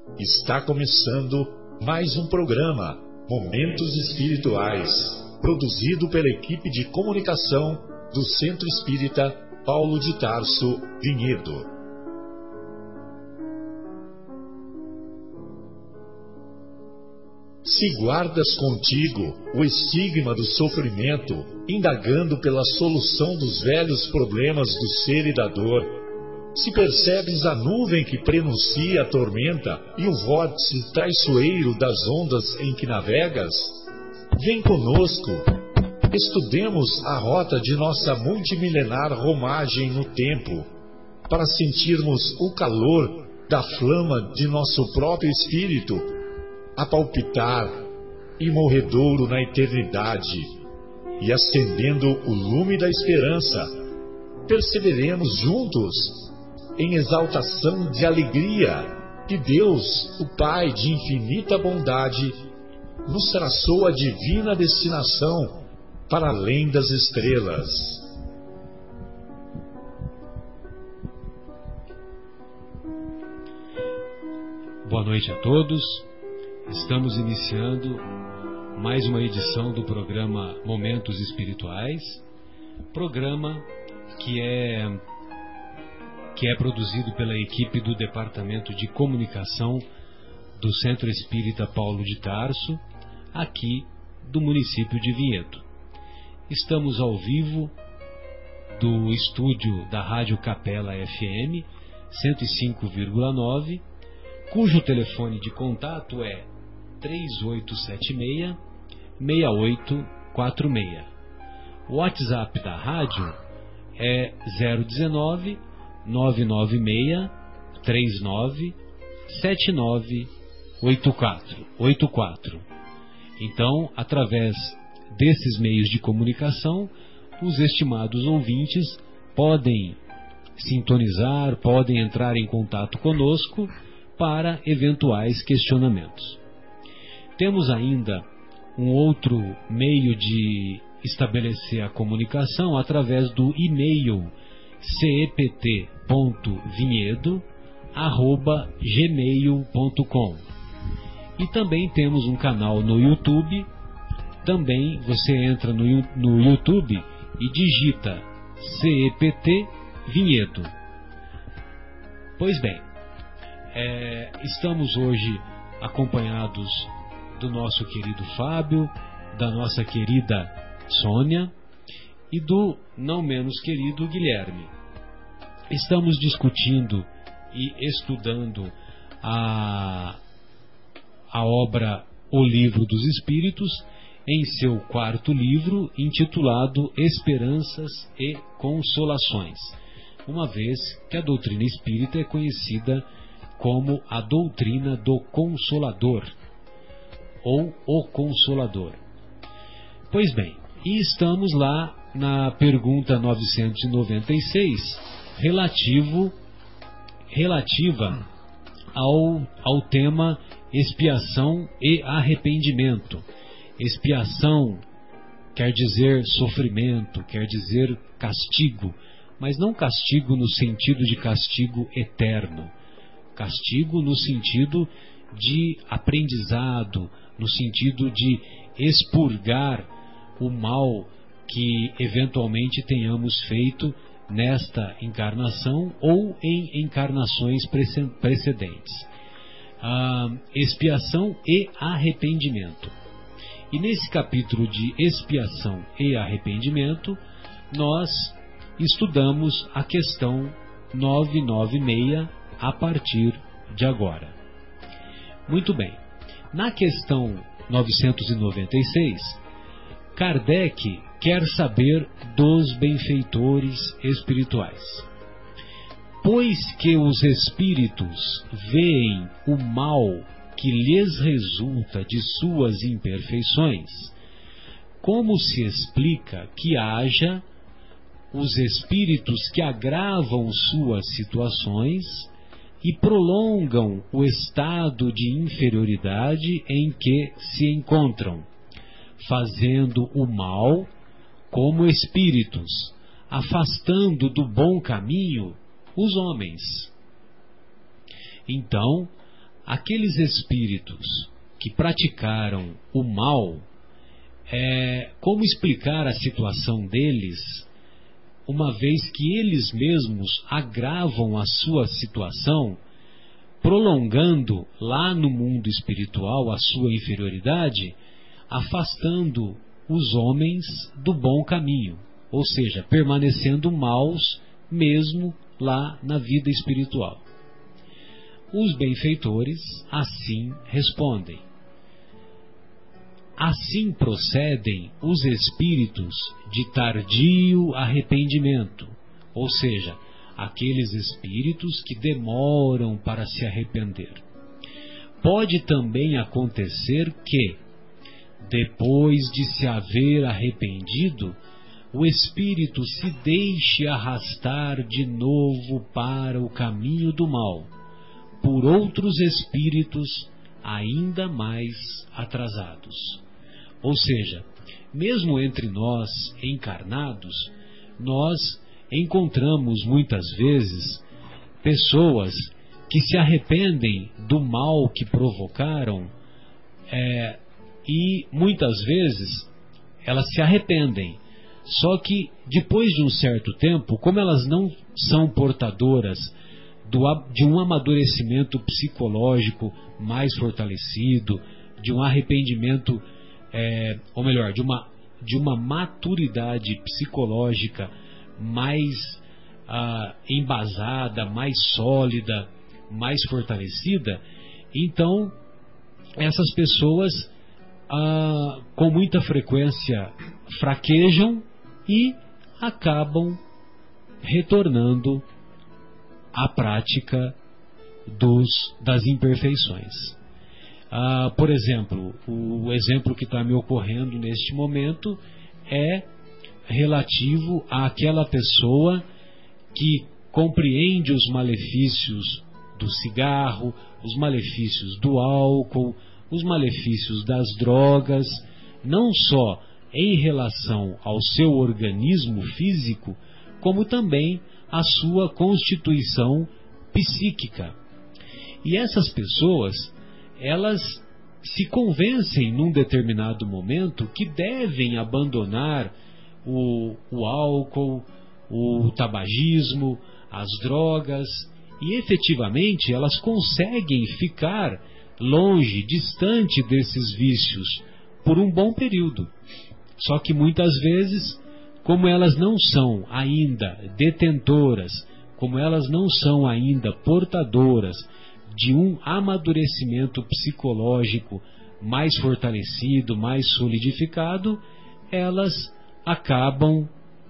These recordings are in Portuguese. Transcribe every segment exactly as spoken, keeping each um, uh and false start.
Está começando mais um programa, Momentos Espirituais, produzido pela equipe de comunicação do Centro Espírita Paulo de Tarso, Vinhedo. Se guardas contigo o estigma do sofrimento, indagando pela solução dos velhos problemas do ser e da dor, se percebes a nuvem que prenuncia a tormenta e o vórtice traiçoeiro das ondas em que navegas, vem conosco, estudemos a rota de nossa multimilenar romagem no tempo, para sentirmos o calor da flama de nosso próprio espírito a palpitar, imorredouro na eternidade, e acendendo o lume da esperança, perseveremos juntos em exaltação de alegria que Deus, o Pai de infinita bondade, nos traçou a divina destinação para além das estrelas. Boa noite a todos. Estamos iniciando mais uma edição do programa Momentos Espirituais, programa que é que é produzido pela equipe do Departamento de Comunicação do Centro Espírita Paulo de Tarso, aqui do município de Vinhedo. Estamos ao vivo do estúdio da Rádio Capela F M cento e cinco vírgula nove, cujo telefone de contato é três oito sete seis, seis oito quatro seis. O WhatsApp da rádio é zero um nove, nove nove seis, três nove, sete nove oito quatro. Então, através desses meios de comunicação, os estimados ouvintes podem sintonizar, podem entrar em contato conosco para eventuais questionamentos. Temos ainda um outro meio de estabelecer a comunicação através do e-mail cept ponto vinhedo arroba gmail ponto com. E também temos um canal no YouTube. Também você entra no, no YouTube e digita C E P T Vinhedo. Pois bem, é, estamos hoje acompanhados do nosso querido Fábio, da nossa querida Sônia e do não menos querido Guilherme. Estamos discutindo e estudando a, a obra O Livro dos Espíritos, em seu quarto livro, intitulado Esperanças e Consolações, uma vez que a doutrina espírita é conhecida como a doutrina do Consolador, ou o Consolador. Pois bem, e estamos lá na pergunta novecentos e noventa e seis, relativo, relativa ao, ao tema expiação e arrependimento. Expiação quer dizer sofrimento, quer dizer castigo, mas não castigo no sentido de castigo eterno. Castigo no sentido de aprendizado, no sentido de expurgar o mal que eventualmente tenhamos feito nesta encarnação ou em encarnações precedentes. Ah, expiação e arrependimento. E nesse capítulo de expiação e arrependimento, nós estudamos a questão novecentos e noventa e seis a partir de agora. Muito bem. Na questão novecentos e noventa e seis, Kardec quer saber dos benfeitores espirituais. Pois que os espíritos veem o mal que lhes resulta de suas imperfeições, como se explica que haja os espíritos que agravam suas situações e prolongam o estado de inferioridade em que se encontram, fazendo o mal como espíritos, afastando do bom caminho os homens. Então, aqueles espíritos que praticaram o mal, é, como explicar a situação deles, uma vez que eles mesmos agravam a sua situação, prolongando lá no mundo espiritual a sua inferioridade, afastando os homens do bom caminho, ou seja, permanecendo maus mesmo lá na vida espiritual. Os benfeitores assim respondem. Assim procedem os espíritos de tardio arrependimento, ou seja, aqueles espíritos que demoram para se arrepender. Pode também acontecer que, depois de se haver arrependido, o espírito se deixe arrastar de novo para o caminho do mal, por outros espíritos ainda mais atrasados. Ou seja, mesmo entre nós encarnados, nós encontramos muitas vezes pessoas que se arrependem do mal que provocaram, é, e muitas vezes elas se arrependem, só que depois de um certo tempo, como elas não são portadoras do, de um amadurecimento psicológico mais fortalecido, de um arrependimento, é, ou melhor, de uma, de uma maturidade psicológica mais ah, embasada, mais sólida, mais fortalecida, então essas pessoas ah, com muita frequência fraquejam e acabam retornando à prática dos, das imperfeições. Ah, por exemplo, o exemplo que está me ocorrendo neste momento é relativo àquela pessoa que compreende os malefícios do cigarro, os malefícios do álcool, os malefícios das drogas, não só em relação ao seu organismo físico, como também à sua constituição psíquica. E essas pessoas, elas se convencem num determinado momento que devem abandonar o, o álcool, o tabagismo, as drogas, e efetivamente elas conseguem ficar longe, distante desses vícios por um bom período. Só que muitas vezes, como elas não são ainda detentoras, como elas não são ainda portadoras de um amadurecimento psicológico mais fortalecido, mais solidificado, elas acabam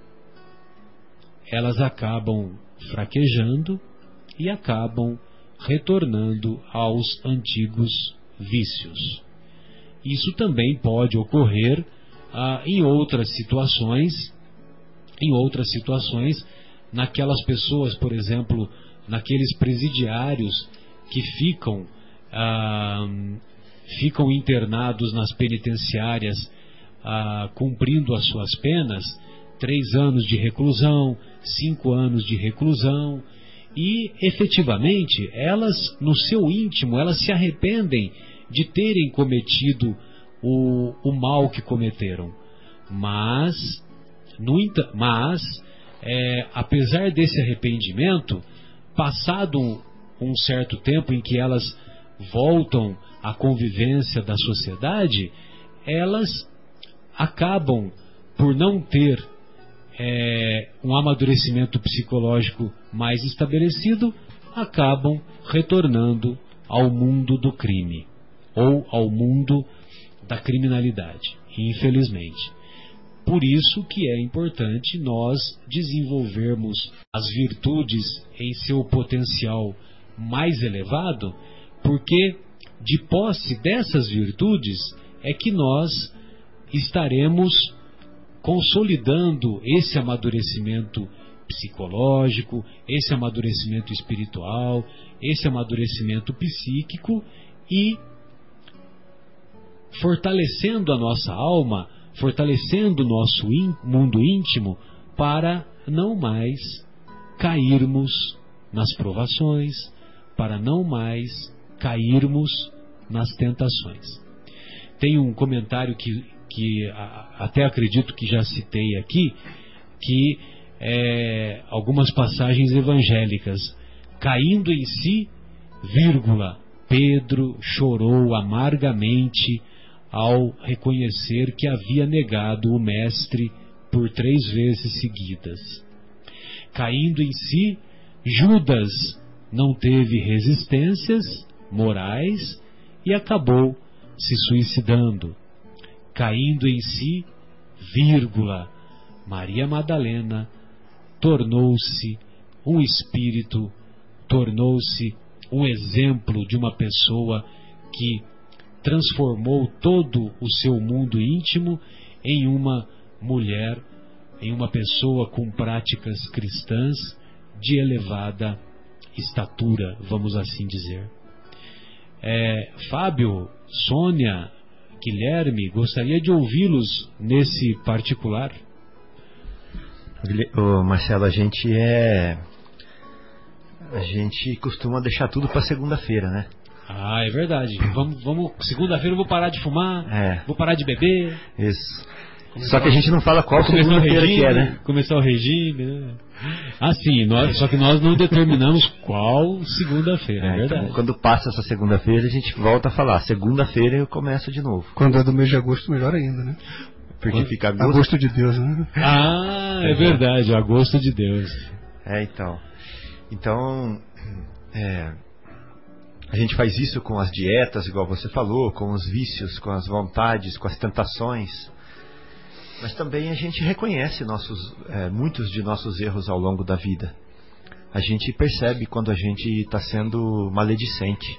elas acabam fraquejando e acabam retornando aos antigos vícios. Isso também pode ocorrer ah, em outras situações, em outras situações, naquelas pessoas, por exemplo, naqueles presidiários que ficam, ah, ficam internados nas penitenciárias, ah, cumprindo as suas penas, três anos de reclusão, cinco anos de reclusão, e efetivamente elas, no seu íntimo, elas se arrependem de terem cometido o, o mal que cometeram. Mas, no, mas é, apesar desse arrependimento, passado um, um certo tempo em que elas voltam à convivência da sociedade, elas acabam por não ter é, um amadurecimento psicológico mais estabelecido, acabam retornando ao mundo do crime ou ao mundo da criminalidade, infelizmente. Por isso que é importante nós desenvolvermos as virtudes em seu potencial mais elevado, porque de posse dessas virtudes é que nós estaremos consolidando esse amadurecimento psicológico, esse amadurecimento espiritual, esse amadurecimento psíquico e fortalecendo a nossa alma, fortalecendo o nosso mundo íntimo para não mais cairmos nas provações, para não mais cairmos nas tentações. Tem um comentário que, que a, até acredito que já citei aqui, que é, algumas passagens evangélicas, caindo em si, vírgula, Pedro chorou amargamente ao reconhecer que havia negado o mestre por três vezes seguidas. Caindo em si, Judas não teve resistências morais e acabou se suicidando. Caindo em si, vírgula, Maria Madalena tornou-se um espírito, tornou-se um exemplo de uma pessoa que transformou todo o seu mundo íntimo em uma mulher, em uma pessoa com práticas cristãs de elevada estatura, vamos assim dizer. É, Fábio, Sônia, Guilherme, gostaria de ouvi-los nesse particular. Ô, Marcelo, a gente é... A gente costuma deixar tudo para segunda-feira, né? Ah, é verdade. Vamos, vamos, segunda-feira eu vou parar de fumar, é. vou parar de beber. Isso. Só que a gente não fala qual segunda-feira que é, né? Começar o regime, né? Ah, sim, nós, só que nós não determinamos qual segunda-feira, é, é verdade. Então, quando passa essa segunda-feira, a gente volta a falar. Segunda-feira eu começo de novo. Quando é do mês de agosto, melhor ainda, né? Porque quando... fica agosto. Agosto de Deus, né? Ah, é verdade, agosto de Deus. É, então. Então, é, a gente faz isso com as dietas, igual você falou, com os vícios, com as vontades, com as tentações. Mas também a gente reconhece nossos, é, muitos de nossos erros ao longo da vida. A gente percebe quando a gente está sendo maledicente.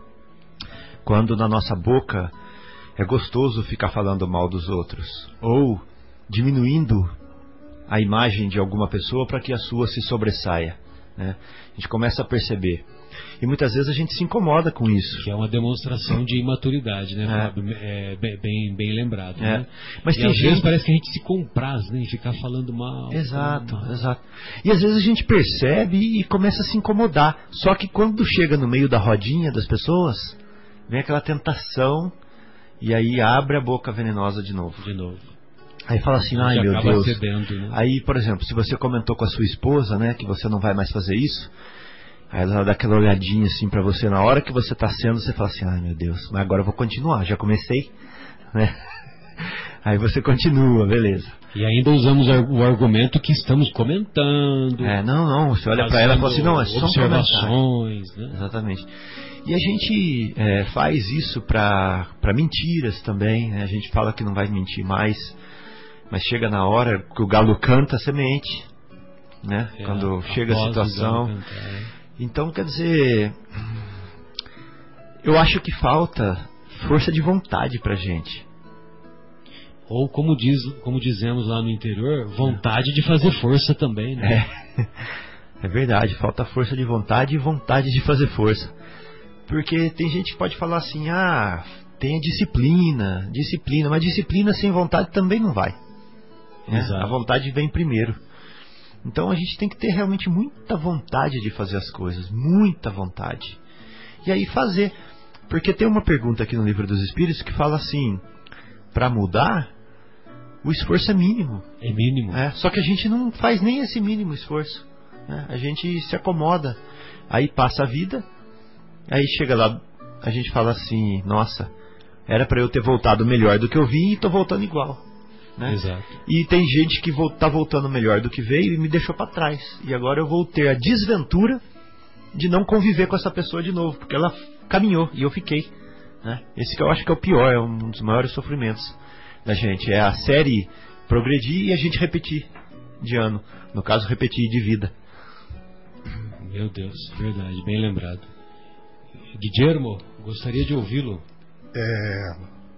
Quando na nossa boca é gostoso ficar falando mal dos outros. Ou diminuindo a imagem de alguma pessoa para que a sua se sobressaia. Né? A gente começa a perceber. E muitas vezes a gente se incomoda com isso. Que é uma demonstração de imaturidade, né, Fábio? É. É, bem, bem lembrado. É. Né? Mas e tem às gente... vezes parece que a gente se compraz, né, em ficar falando mal. Exato, mal. exato. E às vezes a gente percebe e começa a se incomodar. Só que quando chega no meio da rodinha das pessoas, vem aquela tentação e aí abre a boca venenosa de novo. De novo. Aí fala assim, ai meu Deus. Cedendo, né? Aí, por exemplo, se você comentou com a sua esposa, né, que você não vai mais fazer isso, aí ela dá aquela olhadinha assim pra você, na hora que você tá sendo, você fala assim, ai meu Deus, mas agora eu vou continuar, já comecei, né? Aí você continua, beleza. E ainda usamos o argumento que estamos comentando. É, não, não, você olha pra ela e fala assim, não, é só observações, né? Exatamente. E a gente é, faz isso pra, pra mentiras também, né? A gente fala que não vai mentir mais, mas chega na hora que o galo canta, você mente, né? É, quando chega a situação. Então, quer dizer, eu acho que falta força de vontade pra gente. Ou como, diz, como dizemos lá no interior, vontade de fazer força também, né? É, é verdade, falta força de vontade e vontade de fazer força. Porque tem gente que pode falar assim, ah, tem a disciplina, disciplina, mas disciplina sem vontade também não vai. Né? A vontade vem primeiro. Então a gente tem que ter realmente muita vontade de fazer as coisas, muita vontade. E aí fazer. Porque tem uma pergunta aqui no Livro dos Espíritos que fala assim, para mudar, o esforço é mínimo. É mínimo. É, só que a gente não faz nem esse mínimo esforço. Né? A gente se acomoda. Aí passa a vida, aí chega lá, a gente fala assim, nossa, era para eu ter voltado melhor do que eu vim e estou voltando igual. Né? Exato. E tem gente que está voltando melhor do que veio e me deixou para trás. E agora eu vou ter a desventura de não conviver com essa pessoa de novo, porque ela caminhou e eu fiquei. Né? Esse que eu acho que é o pior, é um dos maiores sofrimentos da gente. É a série progredir e a gente repetir de ano. No caso, repetir de vida. Meu Deus, verdade, bem lembrado. Guilhermo, gostaria de ouvi-lo. É...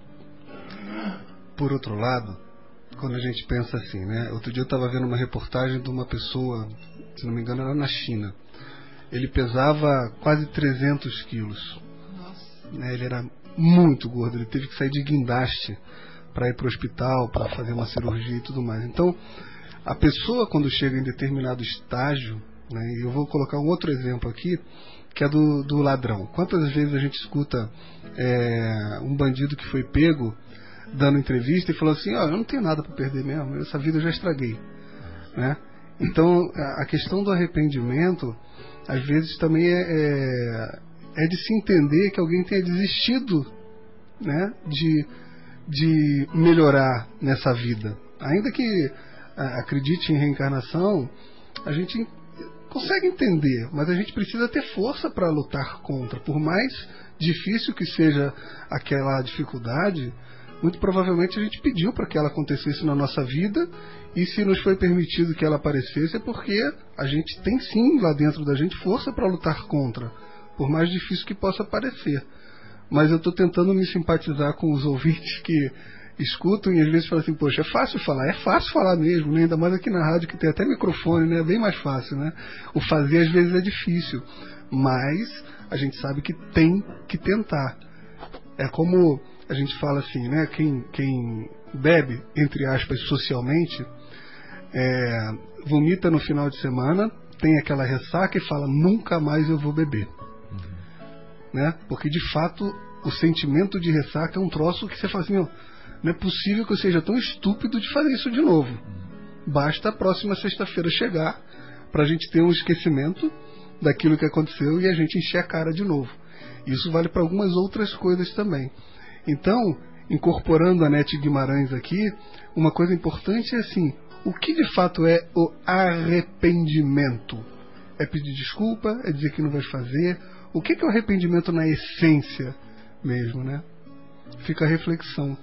Por outro lado, quando a gente pensa assim, né? Outro dia eu estava vendo uma reportagem de uma pessoa, se não me engano era na China. Ele pesava quase trezentos quilos. Né? Ele era muito gordo, ele teve que sair de guindaste para ir para o hospital, para fazer uma cirurgia e tudo mais. Então, a pessoa quando chega em determinado estágio, né? E eu vou colocar um outro exemplo aqui, que é do, do ladrão. Quantas vezes a gente escuta é, um bandido que foi pego dando entrevista e falou assim, ó, oh, eu não tenho nada para perder mesmo, essa vida eu já estraguei, né? Então a questão do arrependimento às vezes também é, é, é de se entender que alguém tenha desistido, né, de, de melhorar nessa vida. Ainda que a, acredite em reencarnação, a gente consegue entender, mas a gente precisa ter força para lutar contra. Por mais difícil que seja aquela dificuldade, muito provavelmente a gente pediu para que ela acontecesse na nossa vida, e se nos foi permitido que ela aparecesse é porque a gente tem sim lá dentro da gente força para lutar contra, por mais difícil que possa parecer. Mas eu estou tentando me simpatizar com os ouvintes que escutam e às vezes falam assim, poxa, é fácil falar, é fácil falar mesmo, né? Ainda mais aqui na rádio que tem até microfone, né? É bem mais fácil, né? O fazer às vezes é difícil, mas a gente sabe que tem que tentar. É como a gente fala assim, né? Quem, quem bebe, entre aspas, socialmente, é, vomita no final de semana, tem aquela ressaca e fala, nunca mais eu vou beber. Uhum. Né? Porque de fato o sentimento de ressaca é um troço que você fala assim, ó, não é possível que eu seja tão estúpido de fazer isso de novo. Basta a próxima sexta-feira chegar para a gente ter um esquecimento daquilo que aconteceu e a gente encher a cara de novo. Isso vale para algumas outras coisas também. Então, incorporando a Nete Guimarães aqui, uma coisa importante é assim, o que de fato é o arrependimento? É pedir desculpa? É dizer que não vai fazer? O que é o arrependimento na essência mesmo, né? Fica a reflexão.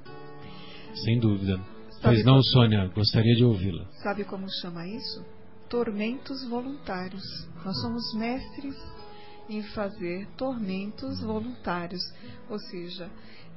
Sem dúvida. Pois não, Sônia, gostaria de ouvi-la. Sabe como chama isso? Tormentos voluntários. Nós somos mestres em fazer tormentos voluntários. Ou seja,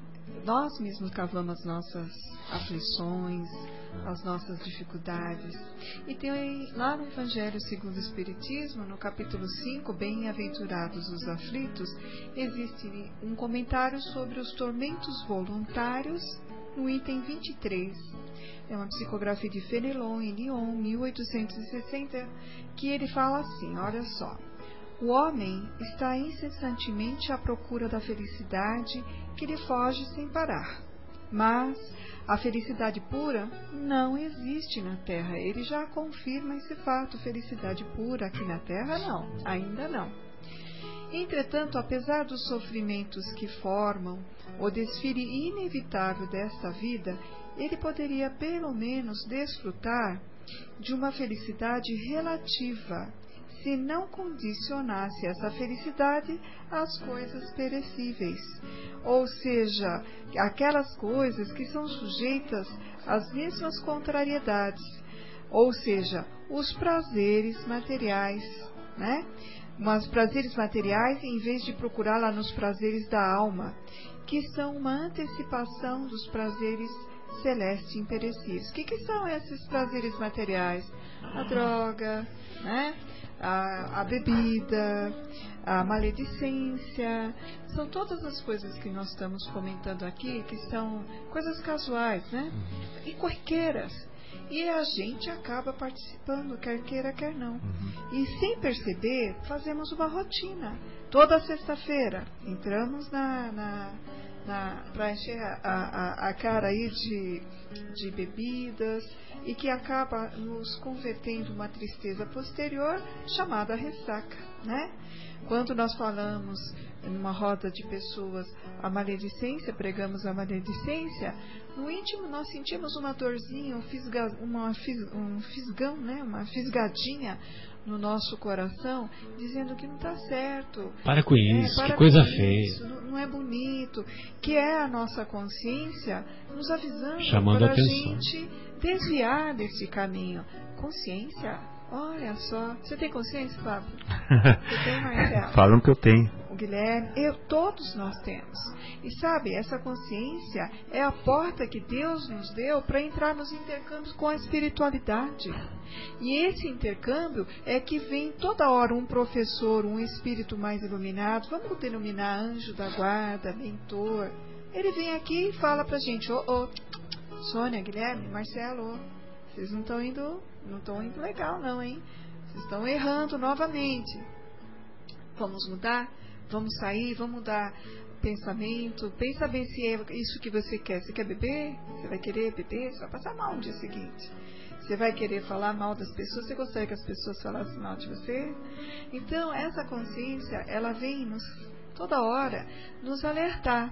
nós mesmos cavamos as nossas aflições, as nossas dificuldades. E tem lá no Evangelho segundo o Espiritismo, no capítulo cinco, Bem-aventurados os aflitos, existe um comentário sobre os tormentos voluntários no item vinte e três. É uma psicografia de Fenelon em Lyon, mil oitocentos e sessenta, que ele fala assim, olha só. O homem está incessantemente à procura da felicidade que lhe foge sem parar. Mas a felicidade pura não existe na Terra. Ele já confirma esse fato. Felicidade pura aqui na Terra, não. Ainda não. Entretanto, apesar dos sofrimentos que formam o desfile inevitável desta vida, ele poderia pelo menos desfrutar de uma felicidade relativa, se não condicionasse essa felicidade às coisas perecíveis, ou seja, aquelas coisas que são sujeitas às mesmas contrariedades, ou seja, os prazeres materiais, né? Mas prazeres materiais em vez de procurar lá nos prazeres da alma, que são uma antecipação dos prazeres celestes imperecíveis. O que, que são esses prazeres materiais? A droga, né? A, a bebida, a maledicência, são todas as coisas que nós estamos comentando aqui, que são coisas casuais, né? E corriqueiras. E a gente acaba participando, quer queira, quer não. E sem perceber, fazemos uma rotina. Toda sexta-feira, entramos na... na para encher a, a, a cara aí de, de bebidas e que acaba nos convertendo uma tristeza posterior chamada ressaca, né? Quando nós falamos numa roda de pessoas a maledicência, pregamos a maledicência, no íntimo nós sentimos uma dorzinha, um, fisga, uma, um fisgão, né? Uma fisgadinha no nosso coração, dizendo que não está certo. Para com isso, é, para que coisa com feia. Isso, não, não é bonito. Que é a nossa consciência nos avisando chamando para a atenção. gente desviar desse caminho. Consciência? Olha só. Você tem consciência, Pablo? Você tem, Marcelo? Falam que eu tenho. O Guilherme, eu, todos nós temos. E sabe, essa consciência é a porta que Deus nos deu para entrar nos intercâmbios com a espiritualidade. E esse intercâmbio é que vem toda hora um professor, um espírito mais iluminado, vamos denominar anjo da guarda, mentor. Ele vem aqui e fala pra gente, ô, ô, Sônia, Guilherme, Marcelo, vocês não estão indo, não estão indo legal não, hein? Vocês estão errando novamente. Vamos mudar? Vamos sair? Vamos mudar pensamento? Pensa bem se é isso que você quer. Você quer beber? Você vai querer beber? Você vai passar mal no dia seguinte. Você vai querer falar mal das pessoas? Você gostaria que as pessoas falassem mal de você? Então, essa consciência, ela vem nos, toda hora nos alertar.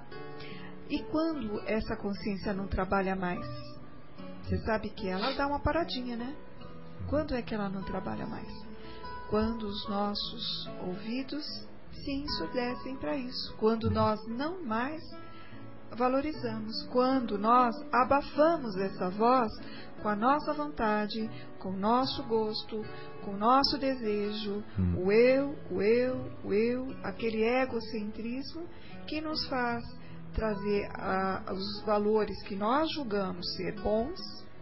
E quando essa consciência não trabalha mais? Você sabe que ela dá uma paradinha, né? Quando é que ela não trabalha mais? Quando os nossos ouvidos se ensurdecem para isso. Quando nós não mais valorizamos. Quando nós abafamos essa voz com a nossa vontade, com o nosso gosto, com o nosso desejo, hum. o eu, o eu, o eu, aquele egocentrismo que nos faz trazer a, os valores que nós julgamos ser bons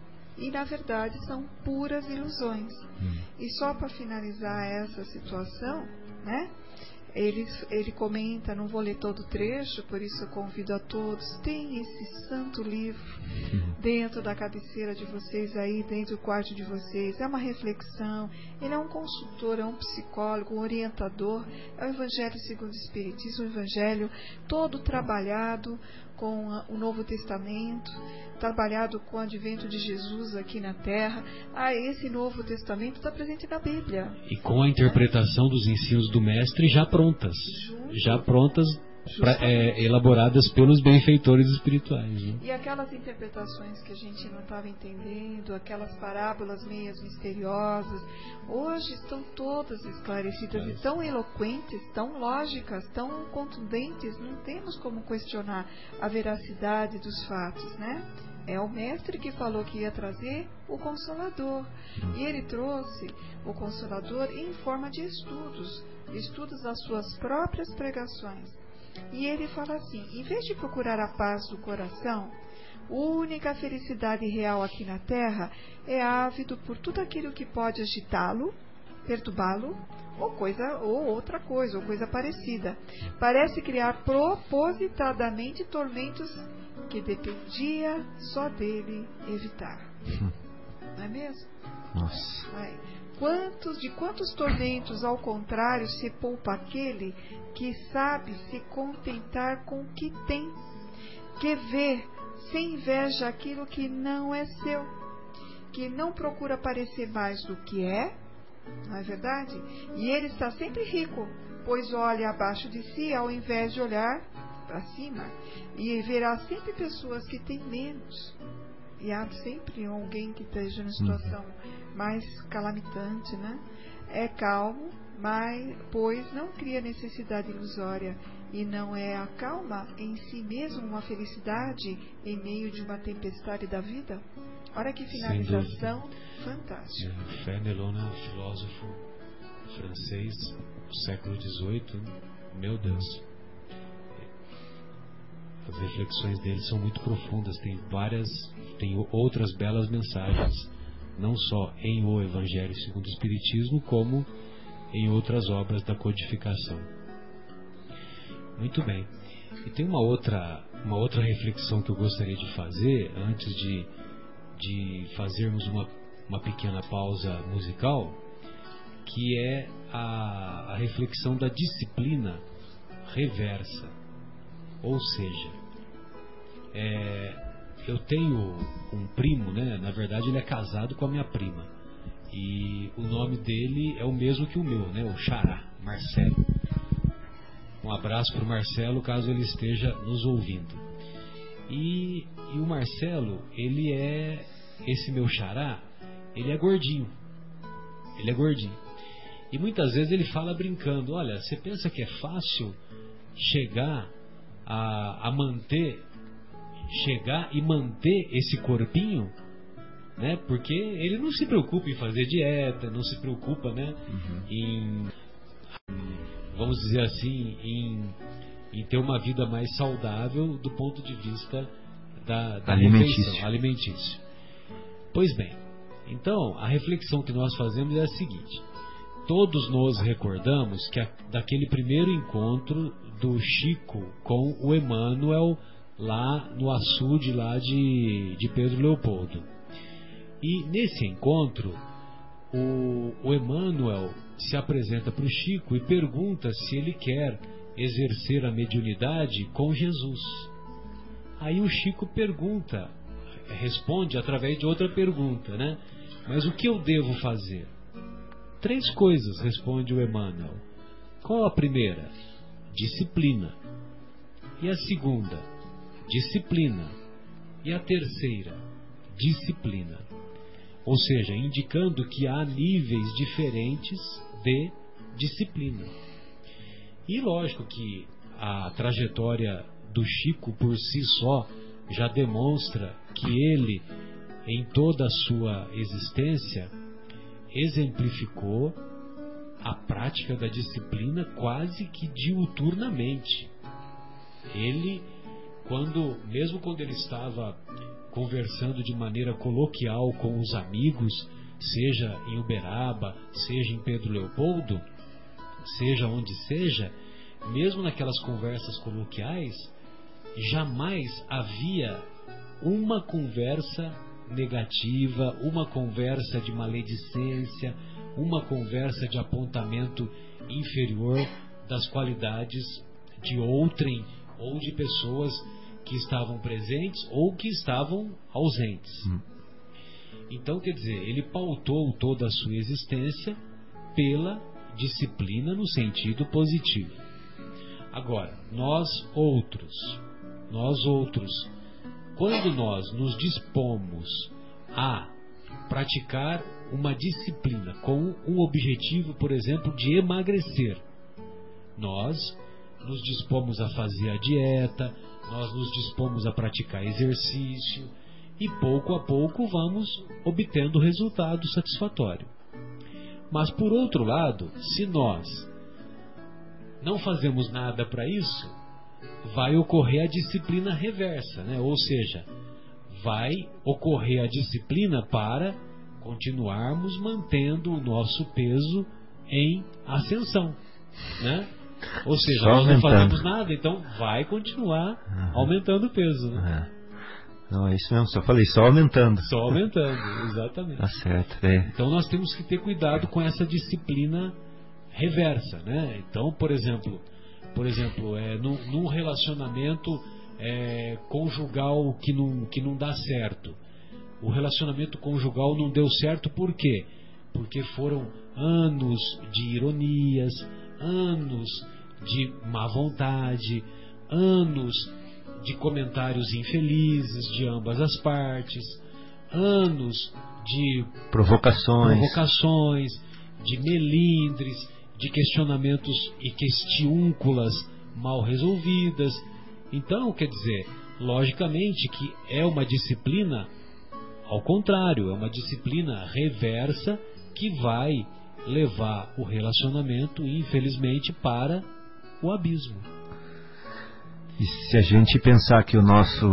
e na verdade são puras ilusões. Hum. E só para finalizar essa situação, né? Ele, ele comenta, não vou ler todo o trecho, por isso eu convido a todos, tem esse santo livro dentro da cabeceira de vocês aí, dentro do quarto de vocês, é uma reflexão, ele é um consultor, é um psicólogo, um orientador, é o Evangelho segundo o Espiritismo, o Evangelho todo trabalhado com o Novo Testamento, trabalhado com o advento de Jesus aqui na Terra. Ah, esse Novo Testamento está presente na Bíblia. E com a interpretação é? dos ensinos do Mestre já prontas, Junto. já prontas, pra, é, elaboradas pelos benfeitores espirituais. Né? E aquelas interpretações que a gente não estava entendendo, aquelas parábolas meias misteriosas, hoje estão todas esclarecidas é. e tão eloquentes, tão lógicas, tão contundentes, não temos como questionar a veracidade dos fatos, né? É o Mestre que falou que ia trazer o Consolador. E ele trouxe o Consolador em forma de estudos, estudos das suas próprias pregações. E ele fala assim, em vez de procurar a paz do coração, a única felicidade real aqui na Terra é ávido por tudo aquilo que pode agitá-lo, perturbá-lo, ou coisa, ou outra coisa, ou coisa parecida. Parece criar propositadamente tormentos que dependia só dele evitar. Não é mesmo? Nossa. Vai. Quantos, de quantos tormentos, ao contrário, se poupa aquele que sabe se contentar com o que tem, que vê sem inveja aquilo que não é seu, que não procura parecer mais do que é, não é verdade? E ele está sempre rico, pois olha abaixo de si ao invés de olhar para cima, e verá sempre pessoas que têm menos, e há sempre alguém que esteja em situação mais calamitante, né? É calmo, mas, pois não cria necessidade ilusória, e não é a calma em si mesmo uma felicidade em meio de uma tempestade da vida? Olha que finalização fantástica. Fenelon, filósofo francês do século dezoito, meu Deus. As reflexões dele são muito profundas, tem várias, tem outras belas mensagens, não só em O Evangelho segundo o Espiritismo, como em outras obras da codificação. Muito bem. E tem uma outra, uma outra reflexão que eu gostaria de fazer, antes de, de fazermos uma, uma pequena pausa musical, que é a, a reflexão da disciplina reversa. Ou seja, é, eu tenho um primo, né? Na verdade ele é casado com a minha prima, e o nome dele é o mesmo que o meu, né? O Xará, Marcelo. Um abraço para o Marcelo, caso ele esteja nos ouvindo. E, e o Marcelo, ele é, esse meu Xará, ele é gordinho, ele é gordinho, e muitas vezes ele fala brincando, olha, você pensa que é fácil chegar A, a manter, chegar e manter esse corpinho, né? Porque ele não se preocupa em fazer dieta, não se preocupa, né? Uhum. em, vamos dizer assim, em, em ter uma vida mais saudável do ponto de vista da, da alimentício. refeição, alimentício. Pois bem, então a reflexão que nós fazemos é a seguinte: todos nos recordamos que a, daquele primeiro encontro do Chico com o Emmanuel lá no açude lá de, de Pedro Leopoldo. E nesse encontro o, o Emmanuel se apresenta para o Chico e pergunta se ele quer exercer a mediunidade com Jesus. Aí o Chico pergunta, responde através de outra pergunta, né? Mas o que eu devo fazer? Três coisas, responde o Emmanuel. Qual a primeira? Disciplina. E a segunda? Disciplina. E a terceira? Disciplina. Ou seja, indicando que há níveis diferentes de disciplina. E lógico que a trajetória do Chico por si só já demonstra que ele, em toda a sua existência, exemplificou a prática da disciplina quase que diuturnamente. Ele, quando, mesmo quando ele estava conversando de maneira coloquial com os amigos, seja em Uberaba, seja em Pedro Leopoldo, seja onde seja, mesmo naquelas conversas coloquiais, jamais havia uma conversa negativa, uma conversa de maledicência, uma conversa de apontamento inferior das qualidades de outrem ou de pessoas que estavam presentes ou que estavam ausentes. Hum. Então, quer dizer, ele pautou toda a sua existência pela disciplina no sentido positivo. Agora, nós outros, nós outros, quando nós nos dispomos a praticar uma disciplina com um objetivo, por exemplo, de emagrecer, nós nos dispomos a fazer a dieta, nós nos dispomos a praticar exercício e pouco a pouco vamos obtendo resultado satisfatório. Mas por outro lado, se nós não fazemos nada para isso, vai ocorrer a disciplina reversa, né? Ou seja, vai ocorrer a disciplina para continuarmos mantendo o nosso peso em ascensão, né? Ou seja, Só nós aumentando. não fazemos nada, então vai continuar uhum. aumentando o peso, né? É. Não, é isso mesmo, só falei, só aumentando. Só aumentando, exatamente. Tá certo, é. Então nós temos que ter cuidado com essa disciplina reversa, né? Então, por exemplo, por exemplo, é, num, num relacionamento é, conjugal que não, que não dá certo. O relacionamento conjugal não deu certo por quê? Porque foram anos de ironias, anos de má vontade, anos de comentários infelizes de ambas as partes, anos de provocações, provocações de melindres, de questionamentos e questiúnculas mal resolvidas. Então, quer dizer, logicamente que é uma disciplina ao contrário, é uma disciplina reversa que vai levar o relacionamento, infelizmente, para o abismo. E se a gente pensar que o nosso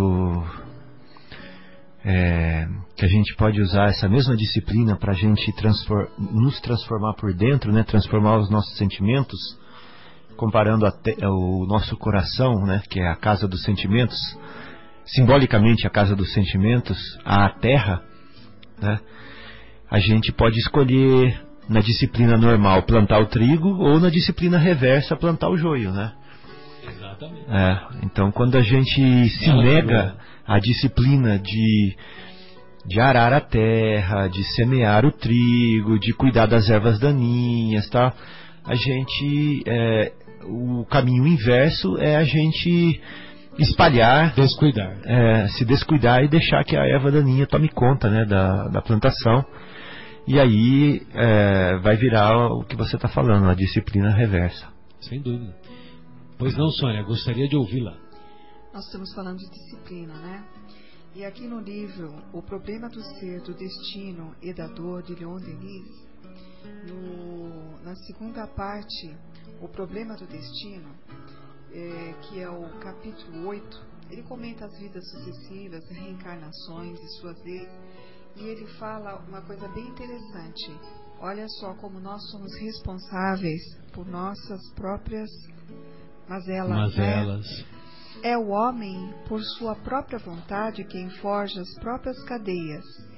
é, que a gente pode usar essa mesma disciplina para a gente transform, nos transformar por dentro, né, transformar os nossos sentimentos, comparando a te, o nosso coração, né, que é a casa dos sentimentos, simbolicamente a casa dos sentimentos, à terra, né, a gente pode escolher na disciplina normal plantar o trigo ou na disciplina reversa plantar o joio, né? Exatamente. É, então quando a gente se Ela nega à disciplina de, de arar a terra, de semear o trigo, de cuidar das ervas daninhas, tá? A gente, é, o caminho inverso é a gente espalhar, descuidar, é, se descuidar e deixar que a erva daninha tome conta, né, da, da plantação. E aí é, vai virar o que você está falando, a disciplina reversa. Sem dúvida. Pois não, Sônia, gostaria de ouvi-la. Nós estamos falando de disciplina, né? E aqui no livro O Problema do Ser, do Destino e da Dor, de Leon Denis, no, na segunda parte, O Problema do Destino, é, que é o capítulo oito, ele comenta as vidas sucessivas, reencarnações e suas leis, e ele fala uma coisa bem interessante. Olha só como nós somos responsáveis por nossas próprias mazelas. Mazelas. Né? É o homem, por sua própria vontade, quem forja as próprias cadeias.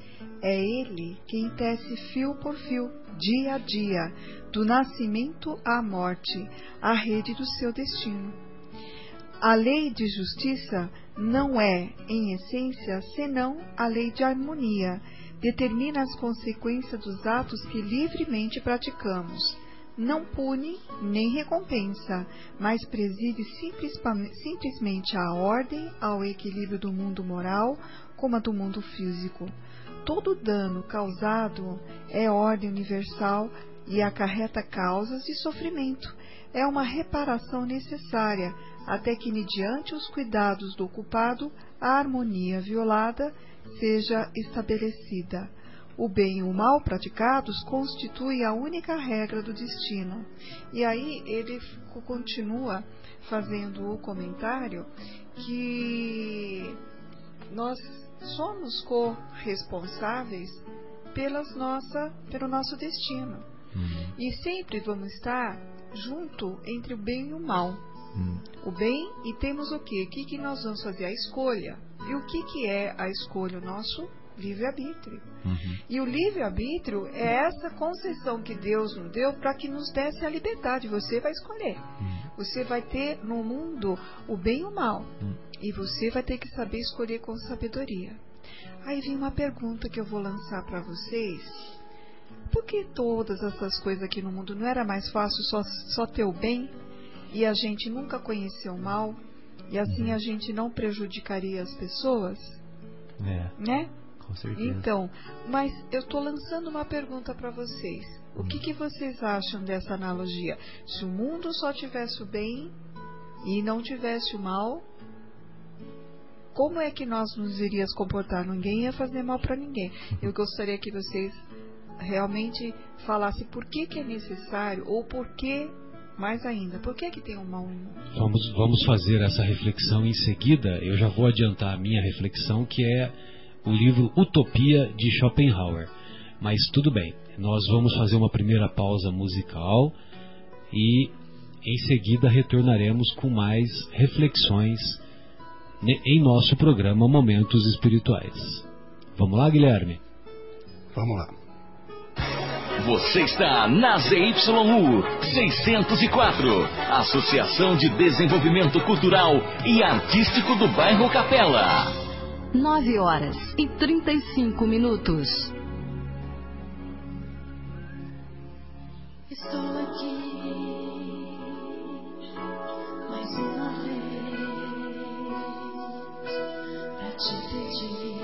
É Ele quem tece fio por fio, dia a dia, do nascimento à morte, a rede do seu destino. A lei de justiça não é, em essência, senão a lei de harmonia. Determina as consequências dos atos que livremente praticamos. Não pune nem recompensa, mas preside simplesmente a ordem, ao equilíbrio do mundo moral como a do mundo físico. Todo dano causado é ordem universal e acarreta causas de sofrimento. É uma reparação necessária, até que, mediante os cuidados do ocupado, a harmonia violada seja estabelecida. O bem e o mal praticados constituem a única regra do destino. E aí ele continua fazendo o comentário que nós somos corresponsáveis pelas nossa, pelo nosso destino. Uhum. E sempre vamos estar junto entre o bem e o mal. Uhum. O bem, e temos o quê? O que, que nós vamos fazer? A escolha. E o que, que é a escolha? O nosso livre-arbítrio. Uhum. E o livre-arbítrio é essa concessão que Deus nos deu para que nos desse a liberdade. Você vai escolher. Uhum. Você vai ter no mundo o bem e o mal. Uhum. E você vai ter que saber escolher com sabedoria. Aí vem uma pergunta que eu vou lançar para vocês. Por que todas essas coisas aqui no mundo não era mais fácil só, só ter o bem? E a gente nunca conheceu o mal? E assim a gente não prejudicaria as pessoas? É. Né? Com certeza. Então, mas eu estou lançando uma pergunta para vocês. O hum. que, que vocês acham dessa analogia? Se o mundo só tivesse o bem e não tivesse o mal, como é que nós nos iríamos comportar? Ninguém ia fazer mal para ninguém. Eu gostaria que vocês realmente falassem por que, que é necessário, ou por que, mais ainda, por que, que tem um mal no mundo? Vamos, vamos fazer essa reflexão em seguida. Eu já vou adiantar a minha reflexão, que é o livro Utopia, de Schopenhauer. Mas tudo bem, nós vamos fazer uma primeira pausa musical e em seguida retornaremos com mais reflexões em nosso programa Momentos Espirituais. Vamos lá, Guilherme? Vamos lá. Você está na Z Y U seiscentos e quatro, Associação de Desenvolvimento Cultural e Artístico do Bairro Capela. nove horas e trinta e cinco minutos. Estou aqui mais uma vez pra te pedir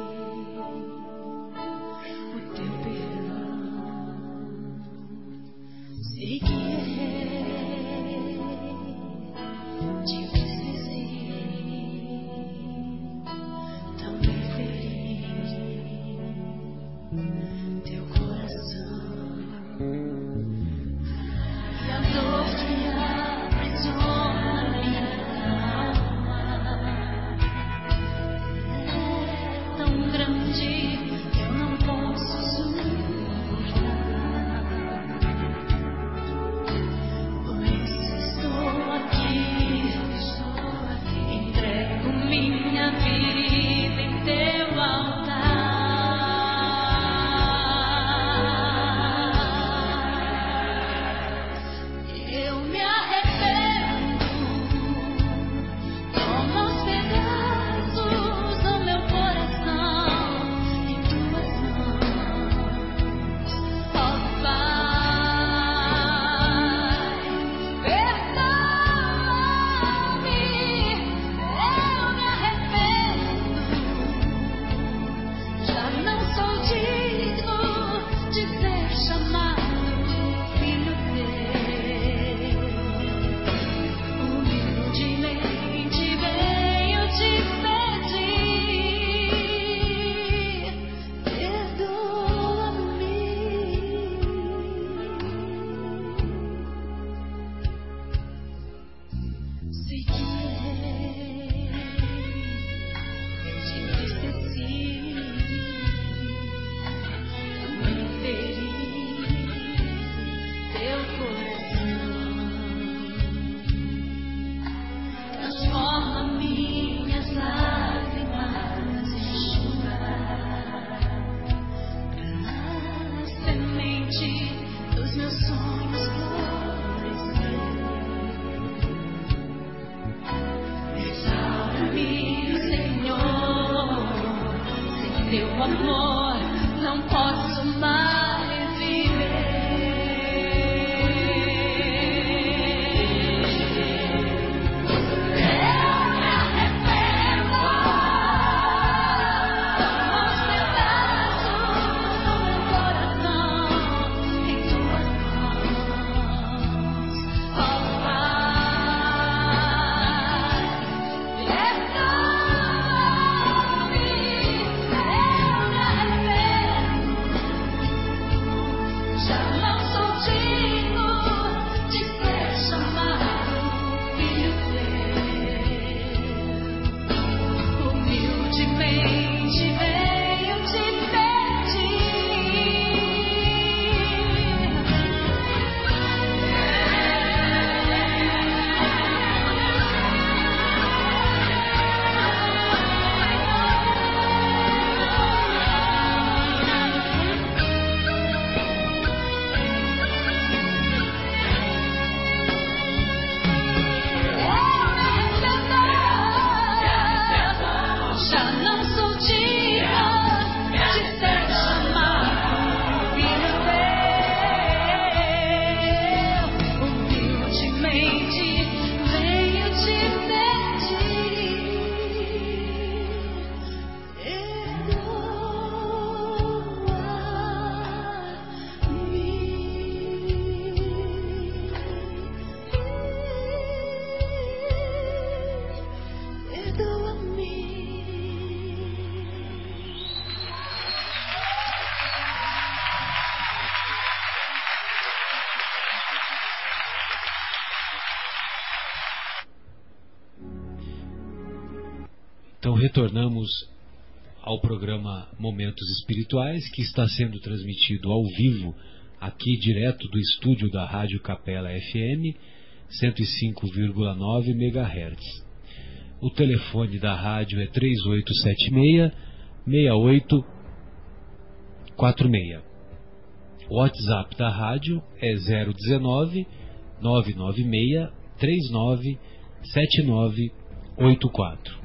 o teu perdão. Sei que errei, te esqueci, também feri teu coração. amor não posso mais viver. Então retornamos ao programa Momentos Espirituais, que está sendo transmitido ao vivo aqui direto do estúdio da Rádio Capela F M cento e cinco vírgula nove megahertz. O telefone da rádio é três oito sete seis, seis oito quatro seis. O WhatsApp da rádio é zero um nove, nove nove seis, três nove sete nove oito quatro.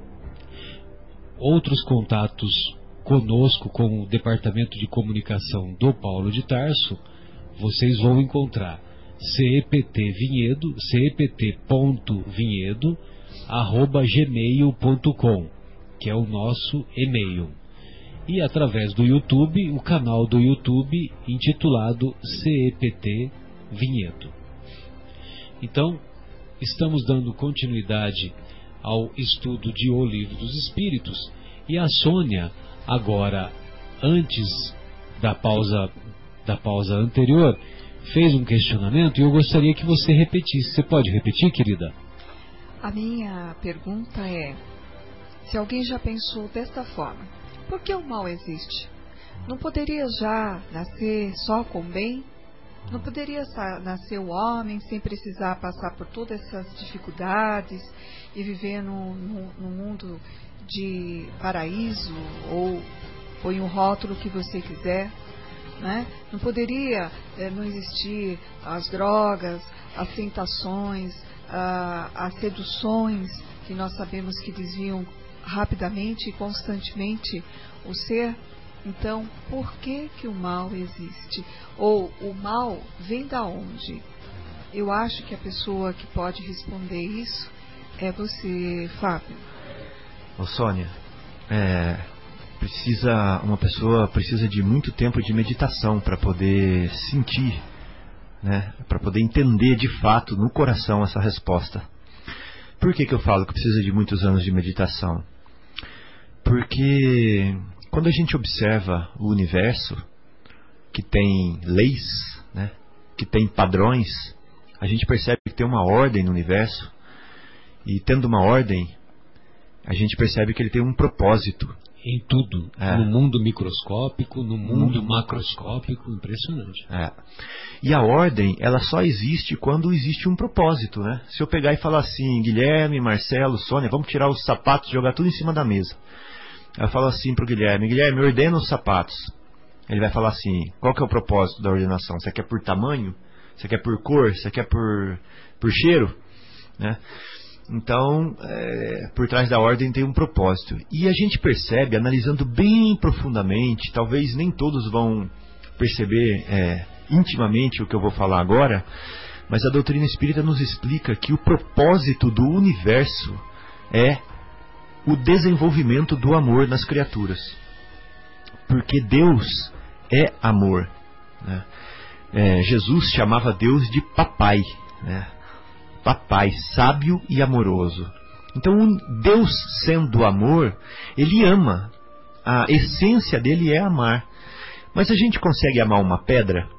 Outros contatos conosco com o Departamento de Comunicação do Paulo de Tarso, vocês vão encontrar ceptvinhedo, cept.vinhedo, arroba gmail ponto com, que é o nosso e-mail. E através do YouTube, o canal do YouTube intitulado C E P T Vinhedo. Então, estamos dando continuidade ao estudo de O Livro dos Espíritos, e a Sônia, agora, antes da pausa, da pausa anterior, fez um questionamento e eu gostaria que você repetisse. Você pode repetir, querida? A minha pergunta é: se alguém já pensou desta forma, por que o mal existe? Não poderia já nascer só com bem? Não poderia nascer o homem sem precisar passar por todas essas dificuldades e viver num no, no mundo de paraíso, ou põe um rótulo que você quiser, né? Não poderia é, não existir as drogas, as tentações, a, as seduções que nós sabemos que desviam rapidamente e constantemente o ser? Então, por que que o mal existe? Ou o mal vem da onde? Eu acho que a pessoa que pode responder isso é você, Fábio. Ô Sônia, é, precisa, uma pessoa precisa de muito tempo de meditação para poder sentir, né, para poder entender de fato no coração essa resposta. Por que que eu falo que precisa de muitos anos de meditação? Porque quando a gente observa o universo, que tem leis, né, que tem padrões, a gente percebe que tem uma ordem no universo, e tendo uma ordem, a gente percebe que ele tem um propósito. Em tudo, é. No mundo microscópico, no mundo macroscópico, impressionante. É. E a ordem, ela só existe quando existe um propósito, né? Se eu pegar e falar assim, Guilherme, Marcelo, Sônia, vamos tirar os sapatos e jogar tudo em cima da mesa. Eu falo assim pro Guilherme, Guilherme, ordena os sapatos. Ele vai falar assim, qual que é o propósito da ordenação? Você quer por tamanho? Você quer por cor? Você quer por, por cheiro? Né? Então, é, por trás da ordem tem um propósito. E a gente percebe, analisando bem profundamente, talvez nem todos vão perceber é, intimamente o que eu vou falar agora, mas a doutrina espírita nos explica que o propósito do universo é o desenvolvimento do amor nas criaturas. Porque Deus é amor, né? É, Jesus chamava Deus de papai, né? Papai, sábio e amoroso. Então, Deus sendo amor, Ele ama. A essência dele é amar. Mas a gente consegue amar uma pedra?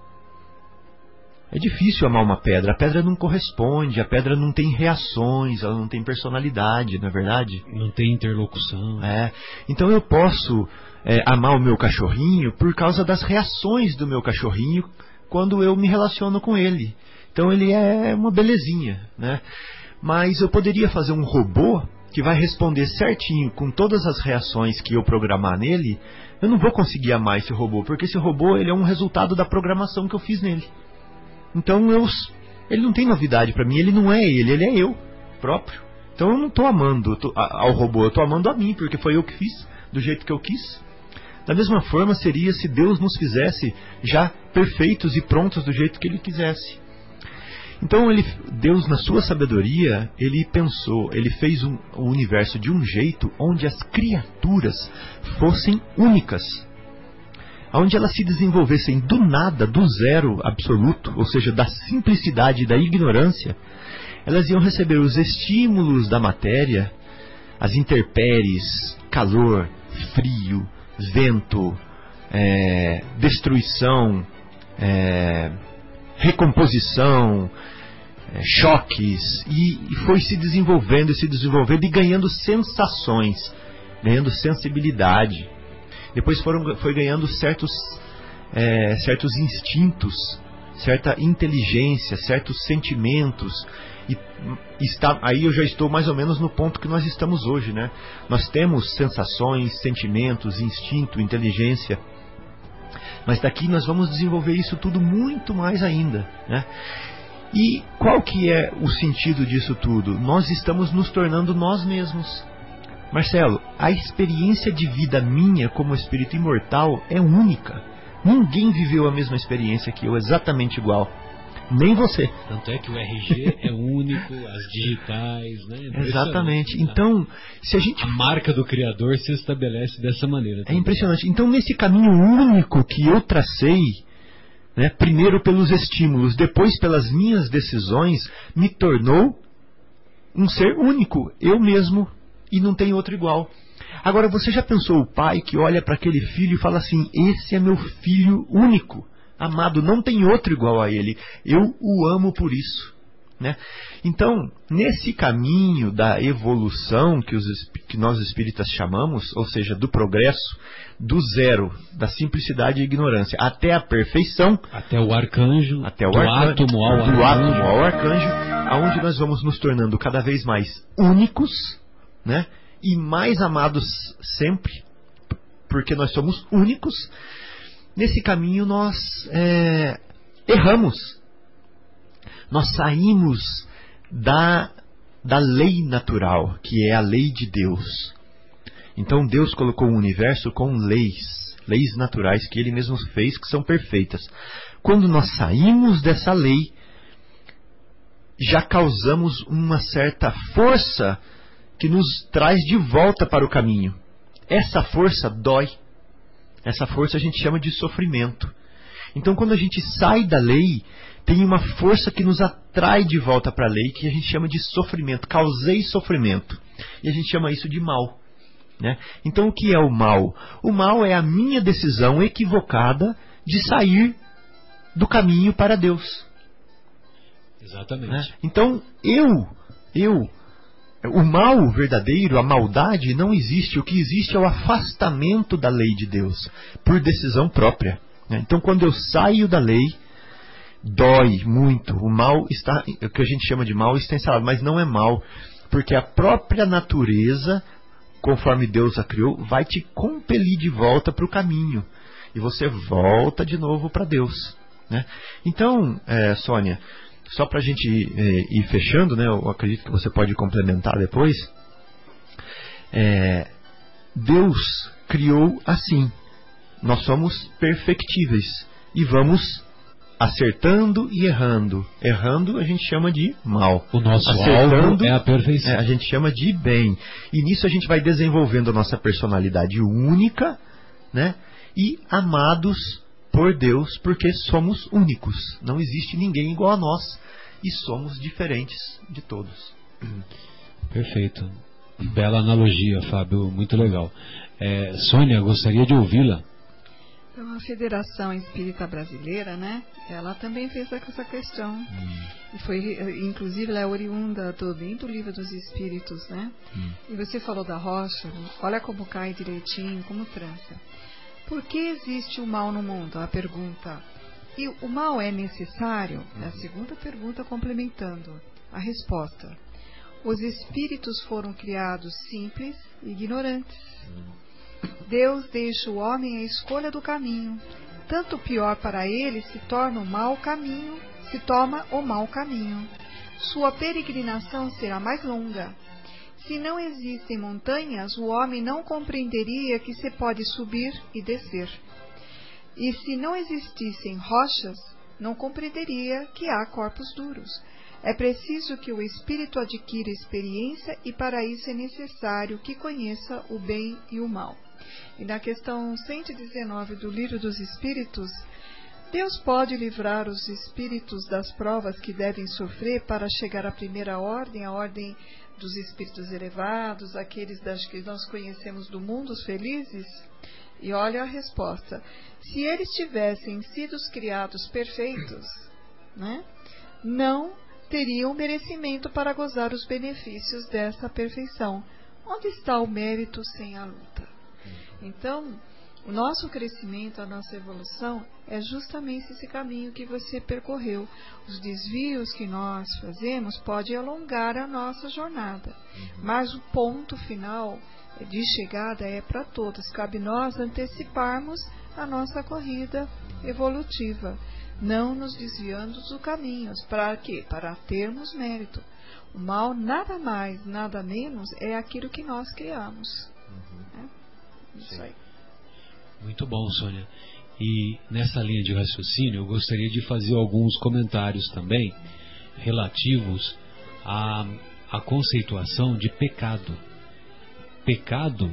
É difícil amar uma pedra. A pedra não corresponde, a pedra não tem reações, ela não tem personalidade, não é verdade? Não tem interlocução. É. Então eu posso é, amar o meu cachorrinho por causa das reações do meu cachorrinho quando eu me relaciono com ele. Então ele é uma belezinha, né? Mas eu poderia fazer um robô que vai responder certinho com todas as reações que eu programar nele. Eu não vou conseguir amar esse robô, porque esse robô ele é um resultado da programação que eu fiz nele. Então eu, ele não tem novidade para mim, ele não é ele, ele é eu próprio. Então eu não estou amando tô, a, ao robô, eu estou amando a mim, porque foi eu que fiz, do jeito que eu quis. Da mesma forma seria se Deus nos fizesse já perfeitos e prontos do jeito que Ele quisesse. Então ele, Deus na sua sabedoria, Ele pensou, Ele fez um, o universo de um jeito onde as criaturas fossem únicas. Onde elas se desenvolvessem do nada, do zero absoluto, ou seja, da simplicidade e da ignorância, elas iam receber os estímulos da matéria, as intempéries, calor, frio, vento, é, destruição, é, recomposição, é, choques, e, e foi se desenvolvendo e se desenvolvendo e ganhando sensações, ganhando sensibilidade. Depois foram, foi ganhando certos, é, certos instintos, certa inteligência, certos sentimentos. E está, aí eu já estou mais ou menos no ponto que nós estamos hoje, né? Nós temos sensações, sentimentos, instinto, inteligência. Mas daqui nós vamos desenvolver isso tudo muito mais ainda, né? E qual que é o sentido disso tudo? Nós estamos nos tornando nós mesmos. Marcelo, a experiência de vida minha como espírito imortal é única. Ninguém viveu a mesma experiência que eu, exatamente igual. Nem você. Tanto é que o R G é único, as digitais, né? Exatamente. Então, se a gente... A marca do Criador se estabelece dessa maneira. É impressionante. Então, nesse caminho único que eu tracei, né, primeiro pelos estímulos, depois pelas minhas decisões, me tornou um ser único, eu mesmo, e não tem outro igual. Agora, você já pensou o pai que olha para aquele filho e fala assim: esse é meu filho único, amado, não tem outro igual a ele, eu o amo por isso, né? Então, nesse caminho da evolução que, os, que nós espíritas chamamos, ou seja, do progresso, do zero, da simplicidade e ignorância, até a perfeição, até o arcanjo, até o do arcanjo, átomo ao do arcanjo, átomo ao arcanjo, aonde nós vamos nos tornando cada vez mais únicos, né? E mais amados sempre, porque nós somos únicos. Nesse caminho nós é, erramos. Nós saímos da, da lei natural, que é a lei de Deus. Então Deus colocou o universo com leis, leis naturais que Ele mesmo fez, que são perfeitas. Quando nós saímos dessa lei, já causamos uma certa força que nos traz de volta para o caminho. Essa força dói. Essa força a gente chama de sofrimento. Então, quando a gente sai da lei, tem uma força que nos atrai de volta para a lei, que a gente chama de sofrimento. Causei sofrimento. E a gente chama isso de mal, né? Então, o que é o mal? O mal é a minha decisão equivocada de sair do caminho para Deus. Exatamente. Né? Então, eu, eu... O mal verdadeiro, a maldade, não existe. O que existe é o afastamento da lei de Deus, por decisão própria. Então, quando eu saio da lei, dói muito. O mal está, o que a gente chama de mal, está instalado, mas não é mal, porque a própria natureza, conforme Deus a criou, vai te compelir de volta para o caminho. E você volta de novo para Deus, né? Então, é, Sônia, só para a gente é, ir fechando, né, eu acredito que você pode complementar depois. É, Deus criou assim. Nós somos perfectíveis e vamos acertando e errando. Errando a gente chama de mal. O nosso Acertando, alvo é a perfeição. É, a gente chama de bem. E nisso a gente vai desenvolvendo a nossa personalidade única, né? E amados por Deus, porque somos únicos. Não existe ninguém igual a nós e somos diferentes de todos. Perfeito. Bela analogia, Fábio. Muito legal. É, Sônia, gostaria de ouvi-la. Então, a Federação Espírita Brasileira, né, ela também fez essa questão. Hum. E foi, inclusive, ela é oriunda do, do Livro dos Espíritos, né? Hum. E você falou da rocha, olha como cai direitinho, como trança. Por que existe o mal no mundo? A pergunta. E o mal é necessário? Hum. É a segunda pergunta complementando a resposta. Os espíritos foram criados simples e ignorantes. Hum. Deus deixa o homem a escolha do caminho. Tanto pior para ele se torna o mau caminho, se toma o mau caminho. Sua peregrinação será mais longa. Se não existem montanhas, o homem não compreenderia que se pode subir e descer. E se não existissem rochas, não compreenderia que há corpos duros. É preciso que o espírito adquira experiência e para isso é necessário que conheça o bem e o mal. E na questão cento e dezenove do Livro dos Espíritos, Deus pode livrar os espíritos das provas que devem sofrer para chegar à primeira ordem, a ordem dos espíritos elevados, aqueles das que nós conhecemos do mundo, os felizes? E olha a resposta. Se eles tivessem sido criados perfeitos, né, não teriam merecimento para gozar os benefícios dessa perfeição. Onde está o mérito sem a luta? Então, o nosso crescimento, a nossa evolução é justamente esse caminho que você percorreu. Os desvios que nós fazemos podem alongar a nossa jornada, mas o ponto final de chegada é para todos. Cabe nós anteciparmos a nossa corrida evolutiva, não nos desviando do caminho. Para quê? Para termos mérito. O mal, nada mais, nada menos, é aquilo que nós criamos. Uhum. É? Isso aí. Muito bom, Sônia. E nessa linha de raciocínio, eu gostaria de fazer alguns comentários também relativos à, à conceituação de pecado. Pecado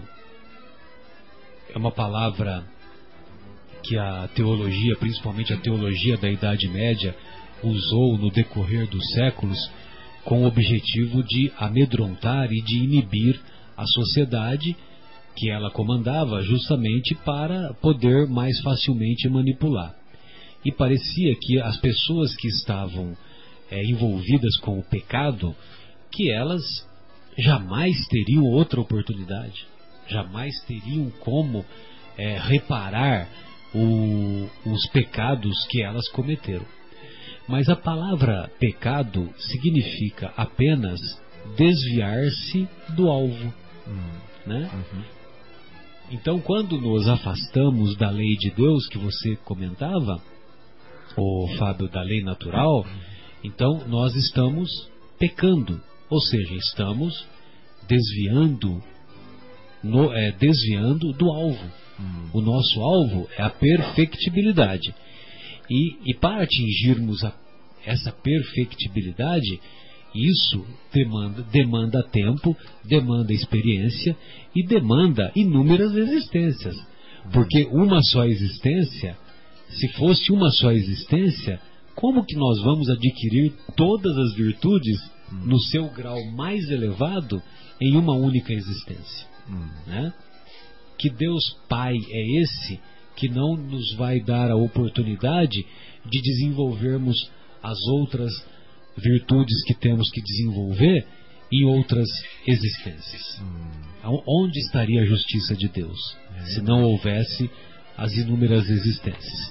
é uma palavra que a teologia, principalmente a teologia da Idade Média, usou no decorrer dos séculos com o objetivo de amedrontar e de inibir a sociedade que ela comandava, justamente para poder mais facilmente manipular. E parecia que as pessoas que estavam é, envolvidas com o pecado, que elas jamais teriam outra oportunidade, jamais teriam como é, reparar o, os pecados que elas cometeram. Mas a palavra pecado significa apenas desviar-se do alvo, hum, né? Uhum. Então, quando nos afastamos da lei de Deus, que você comentava, o Fábio, da lei natural, então nós estamos pecando, ou seja, estamos desviando, no, é, desviando do alvo. Hum. O nosso alvo é a perfectibilidade. E, e para atingirmos a, essa perfectibilidade, isso demanda, demanda tempo, demanda experiência e demanda inúmeras existências. Porque uma só existência, se fosse uma só existência, como que nós vamos adquirir todas as virtudes no seu grau mais elevado em uma única existência? Hum. Né? Que Deus Pai é esse que não nos vai dar a oportunidade de desenvolvermos as outras virtudes que temos que desenvolver em outras existências? Hum. Onde estaria a justiça de Deus é. se não houvesse as inúmeras existências?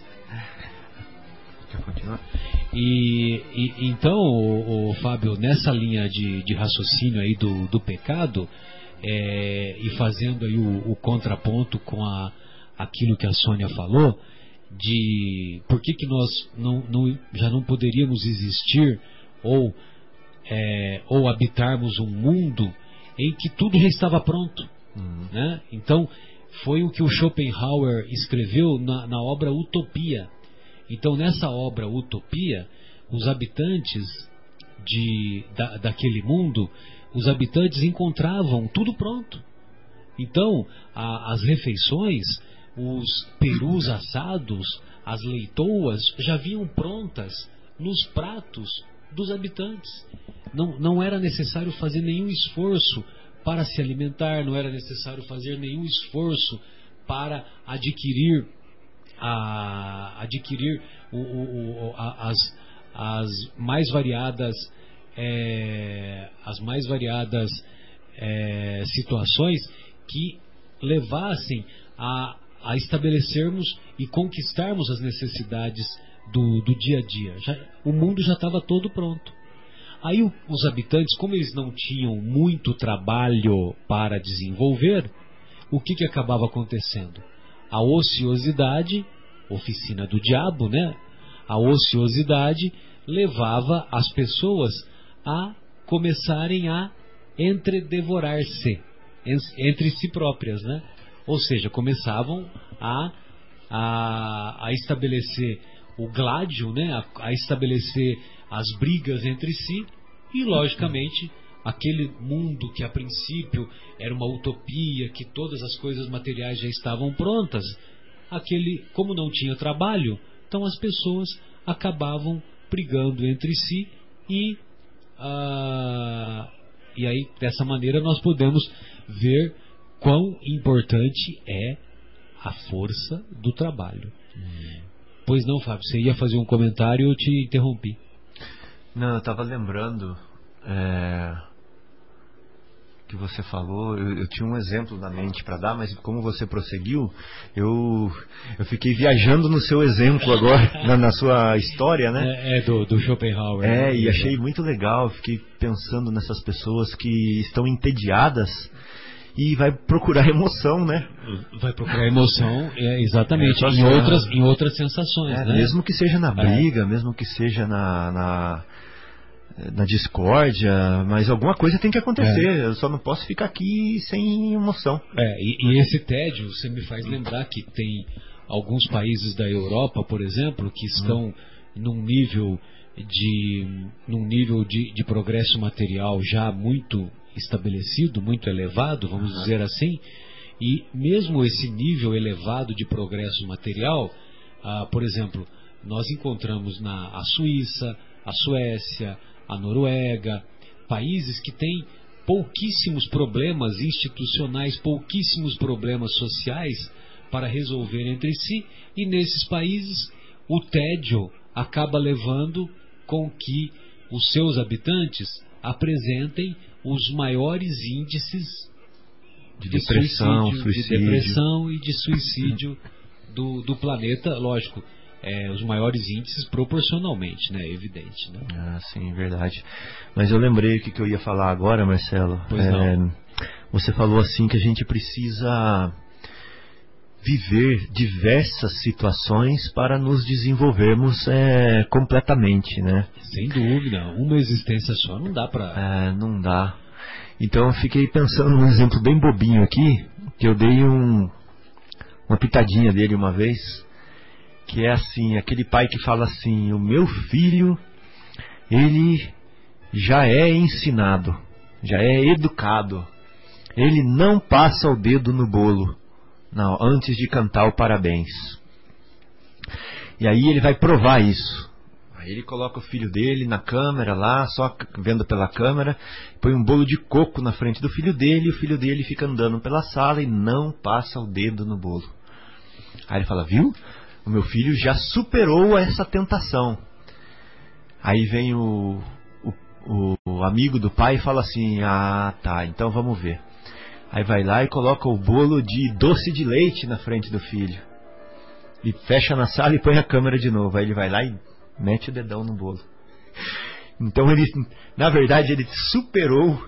Quer continuar? E, e então, o, o Fábio, nessa linha de, de raciocínio aí do, do pecado, é, e fazendo aí o, o contraponto com a, aquilo que a Sônia falou, de por que, que nós não, não, já não poderíamos existir ou, é, ou habitarmos um mundo em que tudo já estava pronto. Uhum. Né? Então, foi o que o Schopenhauer escreveu na, na obra Utopia. Então, nessa obra Utopia, os habitantes de, da, daquele mundo, os habitantes encontravam tudo pronto. Então, a, as refeições, os perus assados, as leitoas, já vinham prontas nos pratos dos habitantes. Não, não era necessário fazer nenhum esforço para se alimentar, não era necessário fazer nenhum esforço para adquirir, a, adquirir o, o, o, a, as, as mais variadas, é, as mais variadas é, situações que levassem a, a estabelecermos e conquistarmos as necessidades do, do dia a dia. Já, o mundo já estava todo pronto. Aí o, os habitantes, como eles não tinham muito trabalho para desenvolver, o que, que acabava acontecendo? A ociosidade, oficina do diabo, né? A ociosidade levava as pessoas a começarem a entredevorar-se entre si próprias, né? Ou seja, começavam a, a, a estabelecer o gládio, né? a, a estabelecer as brigas entre si e, logicamente, aquele mundo que a princípio era uma utopia, que todas as coisas materiais já estavam prontas, aquele, como não tinha trabalho, então as pessoas acabavam brigando entre si e, ah, e aí, dessa maneira, nós podemos ver quão importante é a força do trabalho. Hum. Pois não, Fábio, você ia fazer um comentário e eu te interrompi. Não, eu estava lembrando é, que você falou, eu, eu tinha um exemplo na mente para dar, mas como você prosseguiu, eu, eu fiquei viajando no seu exemplo agora, na, na sua história, né? É, é do, do Schopenhauer. É, né? E achei muito legal, fiquei pensando nessas pessoas que estão entediadas e vai procurar emoção, né? Vai procurar emoção, é, exatamente, é, em, outras, em outras sensações, é, né? Mesmo que seja na briga, é. mesmo que seja na, na, na discórdia, mas alguma coisa tem que acontecer, é. Eu só não posso ficar aqui sem emoção. É, e, e esse tédio, você me faz lembrar que tem alguns países da Europa, por exemplo, que estão hum. num nível de, num nível de, de progresso material já muito estabelecido, muito elevado, vamos dizer assim, e mesmo esse nível elevado de progresso material, ah, por exemplo, nós encontramos na a Suíça, a Suécia, a Noruega, países que têm pouquíssimos problemas institucionais, pouquíssimos problemas sociais para resolver entre si, e nesses países o tédio acaba levando com que os seus habitantes apresentem os maiores índices de depressão, suicídio, suicídio. de depressão e de suicídio do, do planeta, lógico, é, os maiores índices proporcionalmente, né? Evidente, né? Ah, sim, verdade. Mas eu lembrei o que, que eu ia falar agora, Marcelo. Pois não. É, você falou assim que a gente precisa viver diversas situações para nos desenvolvermos é, completamente, né? Sem dúvida, uma existência só não dá pra... É, não dá. Então eu fiquei pensando num exemplo bem bobinho aqui, que eu dei um, uma pitadinha dele uma vez, que é assim, aquele pai que fala assim, o meu filho, ele já é ensinado, já é educado, ele não passa o dedo no bolo não, antes de cantar o parabéns. E aí ele vai provar isso. Aí ele coloca o filho dele na câmera lá, só vendo pela câmera, põe um bolo de coco na frente do filho dele, e o filho dele fica andando pela sala e não passa o dedo no bolo. Aí ele fala, viu? O meu filho já superou essa tentação. Aí vem o, o, o amigo do pai e fala assim, ah tá, então vamos ver. Aí vai lá e coloca o bolo de doce de leite na frente do filho. E fecha na sala e põe a câmera de novo. Aí ele vai lá e mete o dedão no bolo. Então ele, na verdade, ele superou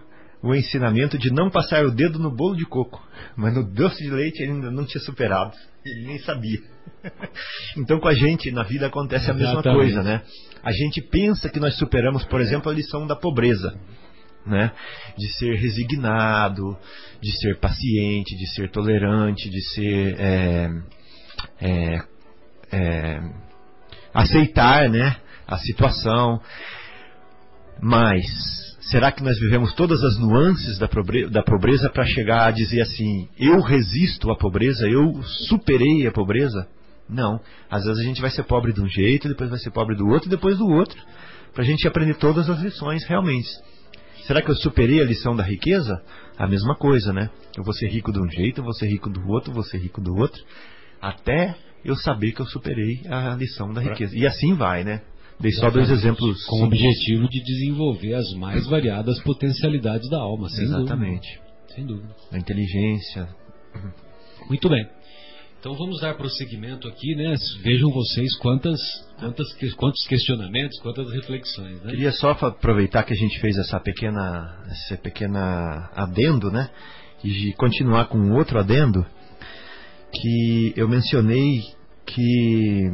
o ensinamento de não passar o dedo no bolo de coco, mas no doce de leite ele ainda não tinha superado, ele nem sabia. Então com a gente na vida acontece a mesma Exatamente. coisa, né? A gente pensa que nós superamos, por exemplo, a lição da pobreza, né? De ser resignado, de ser paciente, de ser tolerante, de ser é, é, é, aceitar, né, a situação. Mas será que nós vivemos todas as nuances da pobreza, da pobreza para chegar a dizer assim, eu resisto à pobreza, eu superei a pobreza? Não. Às vezes a gente vai ser pobre de um jeito, depois vai ser pobre do outro, depois do outro, para a gente aprender todas as lições realmente. Será que eu superei a lição da riqueza? A mesma coisa, né? Eu vou ser rico de um jeito, eu vou ser rico do outro, eu vou ser rico do outro, até eu saber que eu superei a lição da riqueza. E assim vai, né? Dei só dois exemplos. Com o objetivo de desenvolver as mais variadas potencialidades da alma, sem Exatamente. dúvida. Sem dúvida. A inteligência. Muito bem. Então vamos dar prosseguimento aqui, né? Vejam vocês quantas, quantas, quantos questionamentos, quantas reflexões, né? Queria só aproveitar que a gente fez essa pequena, essa pequena adendo, né? E continuar com um outro adendo, que eu mencionei que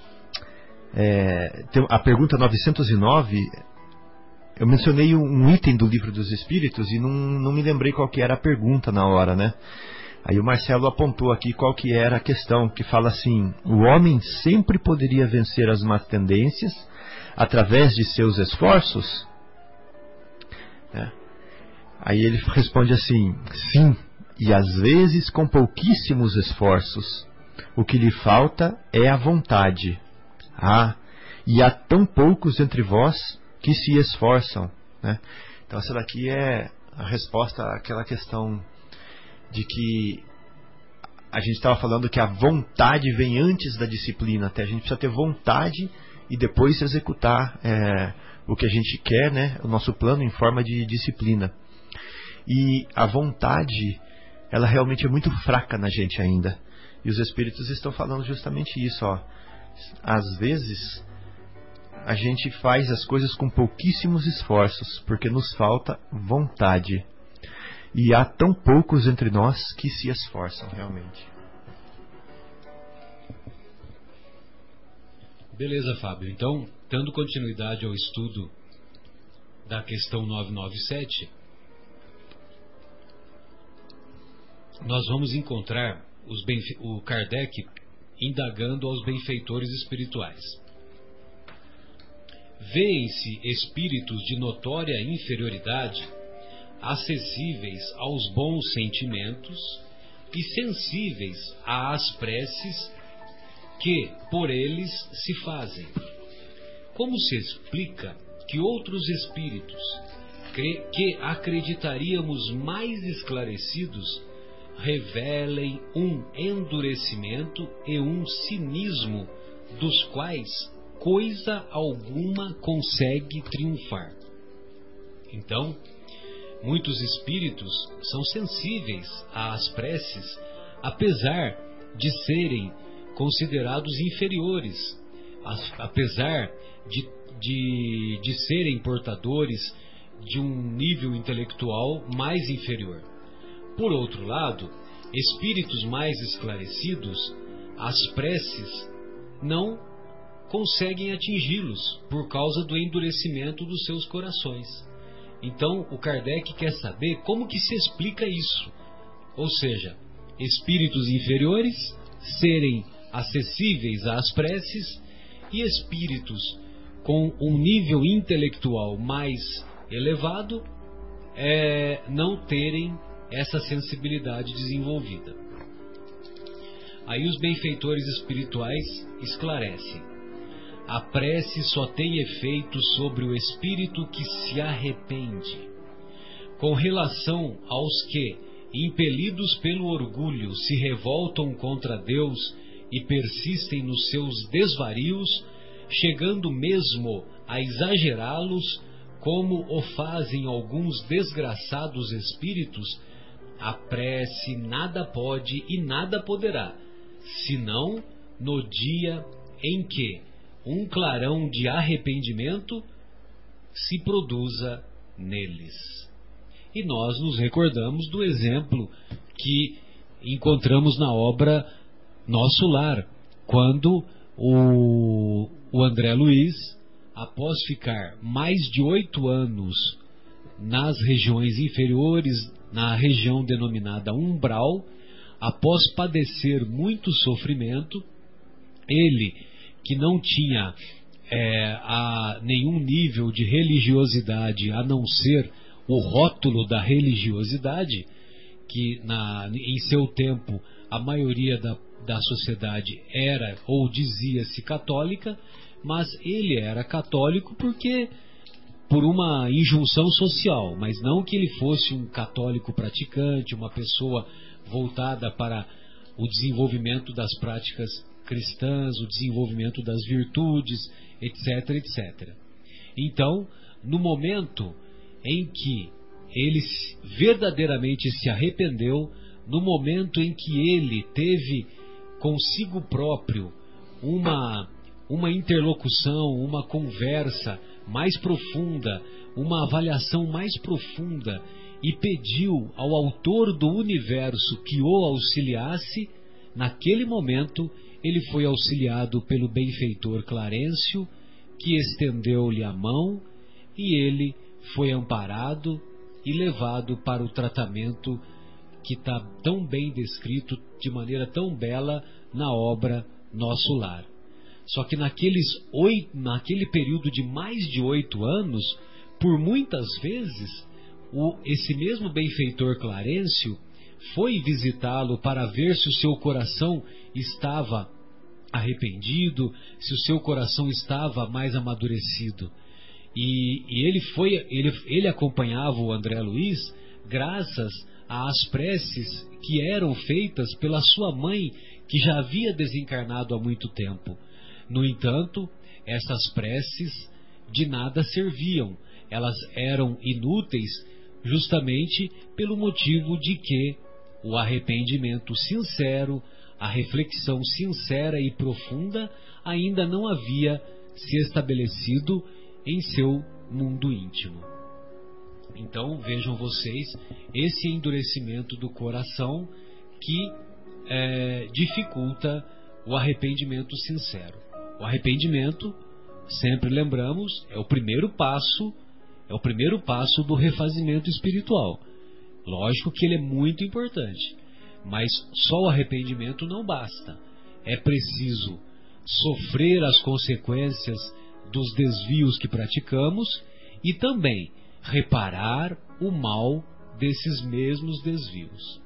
é, a pergunta novecentos e nove, eu mencionei um item do Livro dos Espíritos e não, não me lembrei qual que era a pergunta na hora, né? Aí o Marcelo apontou aqui qual que era a questão, que fala assim, o homem sempre poderia vencer as más tendências através de seus esforços? É. Aí ele responde assim, sim, e às vezes com pouquíssimos esforços. O que lhe falta é a vontade. Ah, e há tão poucos entre vós que se esforçam, né? Então essa daqui é a resposta àquela questão de que a gente estava falando que a vontade vem antes da disciplina. Até a gente precisa ter vontade e depois executar é, o que a gente quer, né? O nosso plano em forma de disciplina. E a vontade, ela realmente é muito fraca na gente ainda. E os espíritos estão falando justamente isso, ó. Às vezes a gente faz as coisas com pouquíssimos esforços, porque nos falta vontade. E há tão poucos entre nós que se esforçam realmente. Beleza, Fábio. Então, dando continuidade ao estudo da questão novecentos e noventa e sete, nós vamos encontrar os benfe... o Kardec indagando aos benfeitores espirituais. Veem-se espíritos de notória inferioridade, acessíveis aos bons sentimentos e sensíveis às preces que por eles se fazem. Como se explica que outros espíritos que acreditaríamos mais esclarecidos revelem um endurecimento e um cinismo dos quais coisa alguma consegue triunfar? Então, muitos espíritos são sensíveis às preces, apesar de serem considerados inferiores, apesar de, de, de serem portadores de um nível intelectual mais inferior. Por outro lado, espíritos mais esclarecidos, as preces não conseguem atingi-los por causa do endurecimento dos seus corações. Então, o Kardec quer saber como que se explica isso. Ou seja, espíritos inferiores serem acessíveis às preces e espíritos com um nível intelectual mais elevado é, não terem essa sensibilidade desenvolvida. Aí os benfeitores espirituais esclarecem: a prece só tem efeito sobre o espírito que se arrepende. Com relação aos que, impelidos pelo orgulho, se revoltam contra Deus e persistem nos seus desvarios, chegando mesmo a exagerá-los, como o fazem alguns desgraçados espíritos, a prece nada pode e nada poderá, senão no dia em que um clarão de arrependimento se produza neles. E nós nos recordamos do exemplo que encontramos na obra Nosso Lar, quando o, o André Luiz, após ficar mais de oito anos nas regiões inferiores, na região denominada umbral, após padecer muito sofrimento, ele, que não tinha é, a, nenhum nível de religiosidade a não ser o rótulo da religiosidade, que na, em seu tempo a maioria da, da sociedade era ou dizia-se católica, mas ele era católico porque por uma injunção social, mas não que ele fosse um católico praticante, uma pessoa voltada para o desenvolvimento das práticas cristãs, o desenvolvimento das virtudes, etc, etcétera. Então, no momento em que ele verdadeiramente se arrependeu, no momento em que ele teve consigo próprio uma, uma interlocução, uma conversa mais profunda, uma avaliação mais profunda, e pediu ao autor do universo que o auxiliasse, naquele momento ele foi auxiliado pelo benfeitor Clarencio, que estendeu-lhe a mão, e ele foi amparado e levado para o tratamento que está tão bem descrito, de maneira tão bela, na obra Nosso Lar. Só que naqueles oito, naquele período de mais de oito anos, por muitas vezes, o, esse mesmo benfeitor Clarencio foi visitá-lo para ver se o seu coração estava arrependido, se o seu coração estava mais amadurecido. E, e ele, foi, ele, ele acompanhava o André Luiz graças às preces que eram feitas pela sua mãe, que já havia desencarnado há muito tempo. No entanto, essas preces de nada serviam, elas eram inúteis justamente pelo motivo de que o arrependimento sincero, a reflexão sincera e profunda ainda não havia se estabelecido em seu mundo íntimo. Então vejam vocês esse endurecimento do coração que é, dificulta o arrependimento sincero. O arrependimento, sempre lembramos, é o primeiro passo, é o primeiro passo do refazimento espiritual. Lógico que ele é muito importante, mas só o arrependimento não basta. É preciso sofrer as consequências dos desvios que praticamos e também reparar o mal desses mesmos desvios.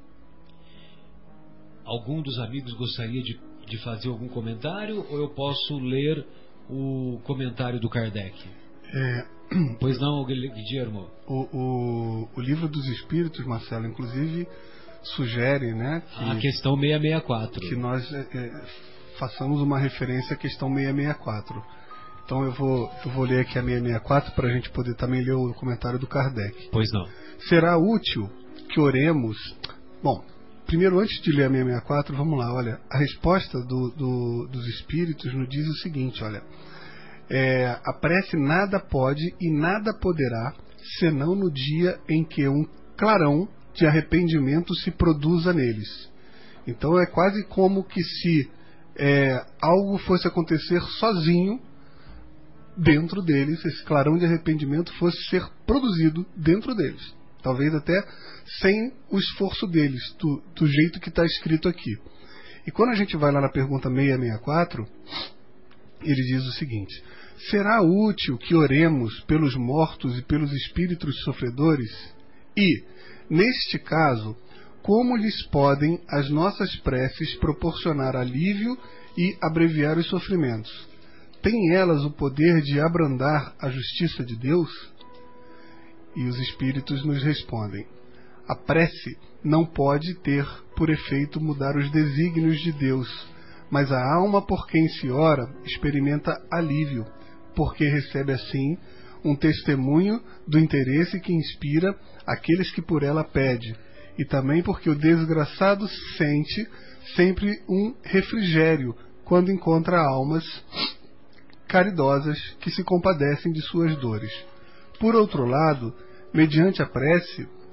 Algum dos amigos gostaria de, de fazer algum comentário, ou eu posso ler o comentário do Kardec? É, pois não, Guilherme? O, o, o Livro dos Espíritos, Marcelo, inclusive sugere, né, que, a questão seiscentos e sessenta e quatro, que nós é, é, façamos uma referência à questão seiscentos e sessenta e quatro. Então eu vou, eu vou ler aqui a seiscentos e sessenta e quatro para a gente poder também ler o comentário do Kardec. Pois não. Será útil que oremos... Bom, primeiro, antes de ler a seiscentos e sessenta e quatro, vamos lá, olha, a resposta do, do, dos Espíritos nos diz o seguinte, olha, é, a prece nada pode e nada poderá, senão no dia em que um clarão de arrependimento se produza neles. Então é quase como que se é, algo fosse acontecer sozinho dentro deles, esse clarão de arrependimento fosse ser produzido dentro deles, talvez até sem o esforço deles, do, do jeito que está escrito aqui. E quando a gente vai lá na pergunta seiscentos e sessenta e quatro, ele diz o seguinte: será útil que oremos pelos mortos e pelos espíritos sofredores? E, neste caso, como lhes podem as nossas preces proporcionar alívio e abreviar os sofrimentos? Têm elas o poder de abrandar a justiça de Deus? E os espíritos nos respondem: a prece não pode ter por efeito mudar os desígnios de Deus, mas a alma por quem se ora experimenta alívio, porque recebe assim um testemunho do interesse que inspira aqueles que por ela pede, e também porque o desgraçado sente sempre um refrigério quando encontra almas caridosas que se compadecem de suas dores. Por outro lado, mediante a prece,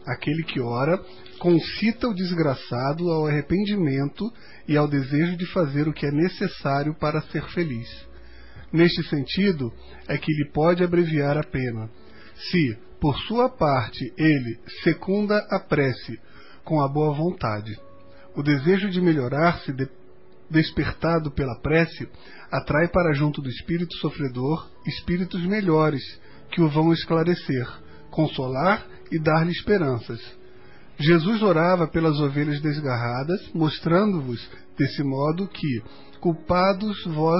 Aquele que ora concita o desgraçado ao arrependimento e ao desejo de fazer o que é necessário para ser feliz. Neste sentido, é que lhe pode abreviar a pena. Se, por sua parte, ele secunda a prece com a boa vontade, o desejo de melhorar-se, de, despertado pela prece, atrai para junto do espírito sofredor espíritos melhores que o vão esclarecer, consolar e dar-lhe esperanças. Jesus orava pelas ovelhas desgarradas, mostrando-vos, desse modo, que culpados vós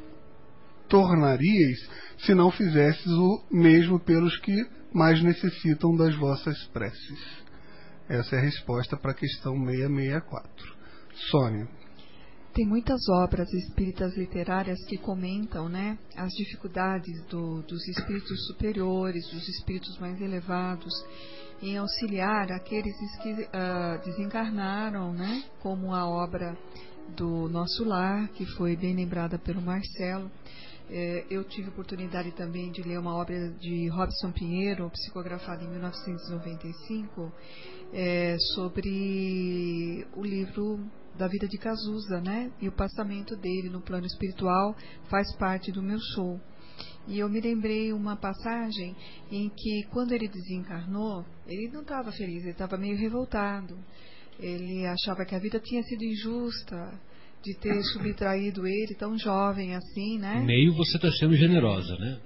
tornaríeis se não fizesses o mesmo pelos que mais necessitam das vossas preces. Essa é a resposta para a questão seiscentos e sessenta e quatro. Sônia. Tem muitas obras espíritas literárias que comentam, né, as dificuldades do, dos espíritos superiores, dos espíritos mais elevados, em auxiliar aqueles que uh, desencarnaram, né, como a obra do Nosso Lar, que foi bem lembrada pelo Marcelo. É, eu tive a oportunidade também de ler uma obra de Robson Pinheiro, psicografada em mil novecentos e noventa e cinco, é, sobre o livro da vida de Cazuza, né? E o passamento dele no plano espiritual faz parte do meu show. E eu me lembrei uma passagem em que, quando ele desencarnou, ele não estava feliz, ele estava meio revoltado. Ele achava que a vida tinha sido injusta de ter subtraído ele tão jovem assim, né? Meio você está sendo generosa, né?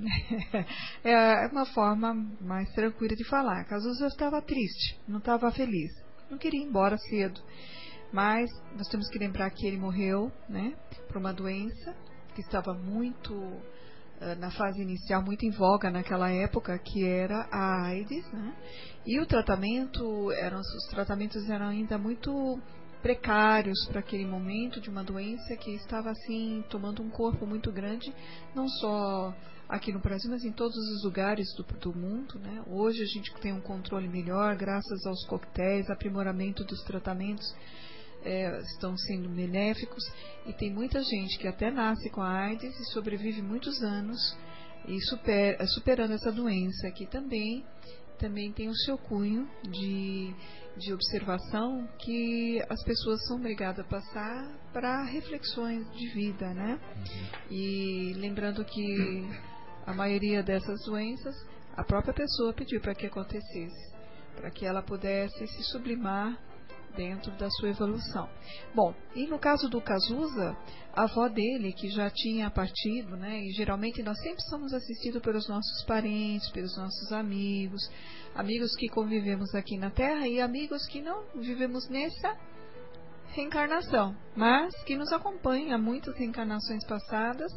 É uma forma mais tranquila de falar. Cazuza estava triste, não estava feliz, não queria ir embora cedo. Mas nós temos que lembrar que ele morreu, né, por uma doença que estava muito uh, na fase inicial, muito em voga naquela época, que era a AIDS, né? E o tratamento, eram, os tratamentos eram ainda muito precários para aquele momento de uma doença que estava assim tomando um corpo muito grande, não só aqui no Brasil, mas em todos os lugares do, do mundo, né? Hoje a gente tem um controle melhor graças aos coquetéis, aprimoramento dos tratamentos. É, estão sendo benéficos, e tem muita gente que até nasce com a AIDS e sobrevive muitos anos e super, superando essa doença, que também, também tem o seu cunho de, de observação que as pessoas são obrigadas a passar para reflexões de vida, né? E lembrando que a maioria dessas doenças a própria pessoa pediu para que acontecesse, para que ela pudesse se sublimar dentro da sua evolução. Bom, e no caso do Cazuza, a avó dele, que já tinha partido, né, e geralmente nós sempre somos assistidos pelos nossos parentes, pelos nossos amigos, amigos que convivemos aqui na Terra e amigos que não vivemos nessa reencarnação, mas que nos acompanham há muitas reencarnações passadas.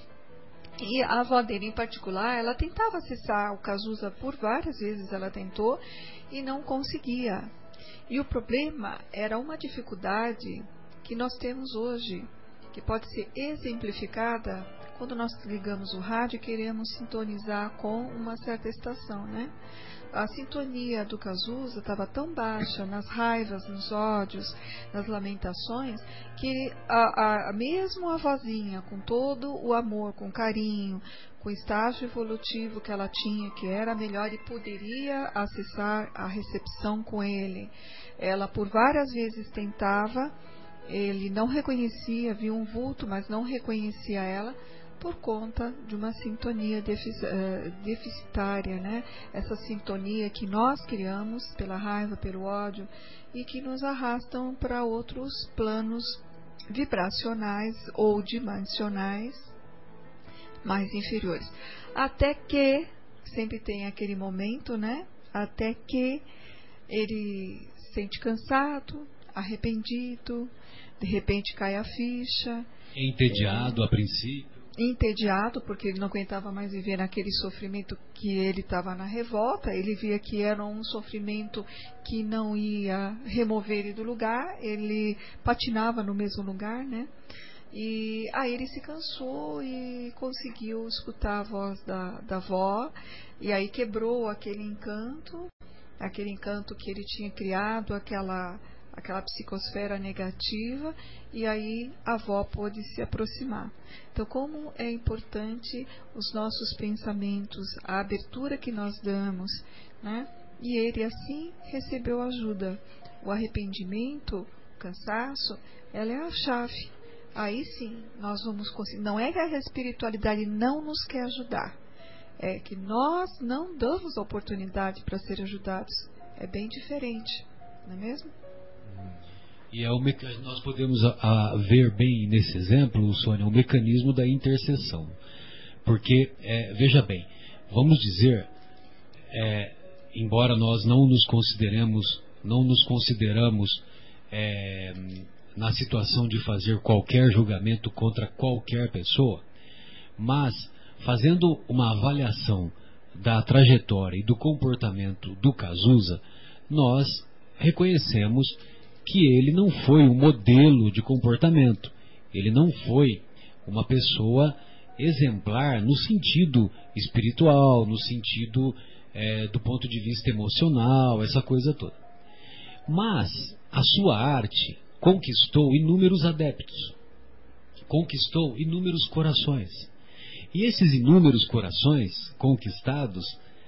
E a avó dele em particular, ela tentava acessar o Cazuza por várias vezes, ela tentou e não conseguia. E o problema era uma dificuldade que nós temos hoje, que pode ser exemplificada quando nós ligamos o rádio e queremos sintonizar com uma certa estação, né? A sintonia do Cazuza estava tão baixa nas raivas, nos ódios, nas lamentações, que a, a, mesmo a vozinha, com todo o amor, com carinho, com o estágio evolutivo que ela tinha, que era melhor e poderia acessar a recepção com ele, ela por várias vezes tentava, ele não reconhecia, via um vulto, mas não reconhecia ela, por conta de uma sintonia deficitária, né? Essa sintonia que nós criamos pela raiva, pelo ódio, e que nos arrastam para outros planos vibracionais ou dimensionais mais inferiores. Até que, sempre tem aquele momento, né? Até que ele se sente cansado, arrependido, de repente cai a ficha. Entediado é, a princípio. Entediado, porque ele não aguentava mais viver naquele sofrimento que ele estava na revolta. Ele via que era um sofrimento que não ia remover ele do lugar, ele patinava no mesmo lugar, né? E aí ele se cansou e conseguiu escutar a voz da, da avó, e aí quebrou aquele encanto, aquele encanto que ele tinha criado, aquela aquela psicosfera negativa, e aí a avó pôde se aproximar. Então, como é importante os nossos pensamentos, a abertura que nós damos, né? e ele assim recebeu ajuda. O arrependimento, o cansaço, ela é a chave. Aí sim, nós vamos conseguir. Não é que a espiritualidade não nos quer ajudar, é que nós não damos oportunidade para ser ajudados. É bem diferente, não é mesmo? E é o meca... nós podemos a, a ver bem nesse exemplo, Sônia, o mecanismo da intercessão. Porque, é, veja bem, vamos dizer, é, embora nós não nos consideremos, não nos consideramos é, na situação de fazer qualquer julgamento contra qualquer pessoa, mas fazendo uma avaliação da trajetória e do comportamento do Cazuza, nós reconhecemos que ele não foi um modelo de comportamento, ele não foi uma pessoa exemplar no sentido espiritual, no sentido é, do ponto de vista emocional, essa coisa toda. Mas a sua arte conquistou inúmeros adeptos, conquistou inúmeros corações. E esses inúmeros corações conquistados,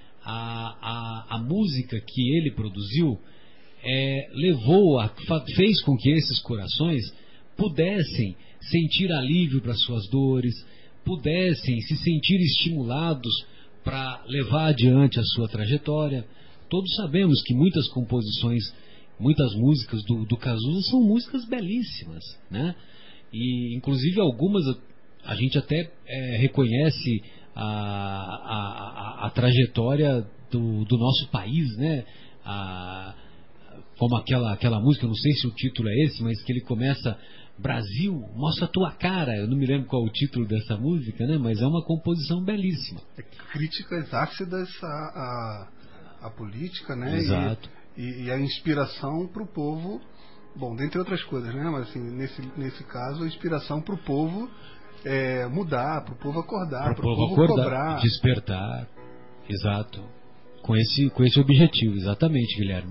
a, a, a música que ele produziu é, levou a, fez com que esses corações pudessem sentir alívio para suas dores, pudessem se sentir estimulados para levar adiante a sua trajetória. Todos sabemos que muitas composições, muitas músicas do, do Cazuza são músicas belíssimas, né? E inclusive algumas a gente até é, reconhece a, a, a, a trajetória do, do nosso país, né? A, como aquela, aquela música, não sei se o título é esse, mas que ele começa: Brasil, mostra a tua cara. Eu não me lembro qual é o título dessa música, né? Mas é uma composição belíssima. É críticas ácidas à, à, à política, né? Exato. E, e, e a inspiração para o povo, bom, dentre outras coisas, né? Mas assim, nesse, nesse caso, a inspiração para o povo é, mudar, para o povo acordar, para o povo, povo acordar, cobrar. Despertar. Exato. Com esse, com esse objetivo, exatamente, Guilherme.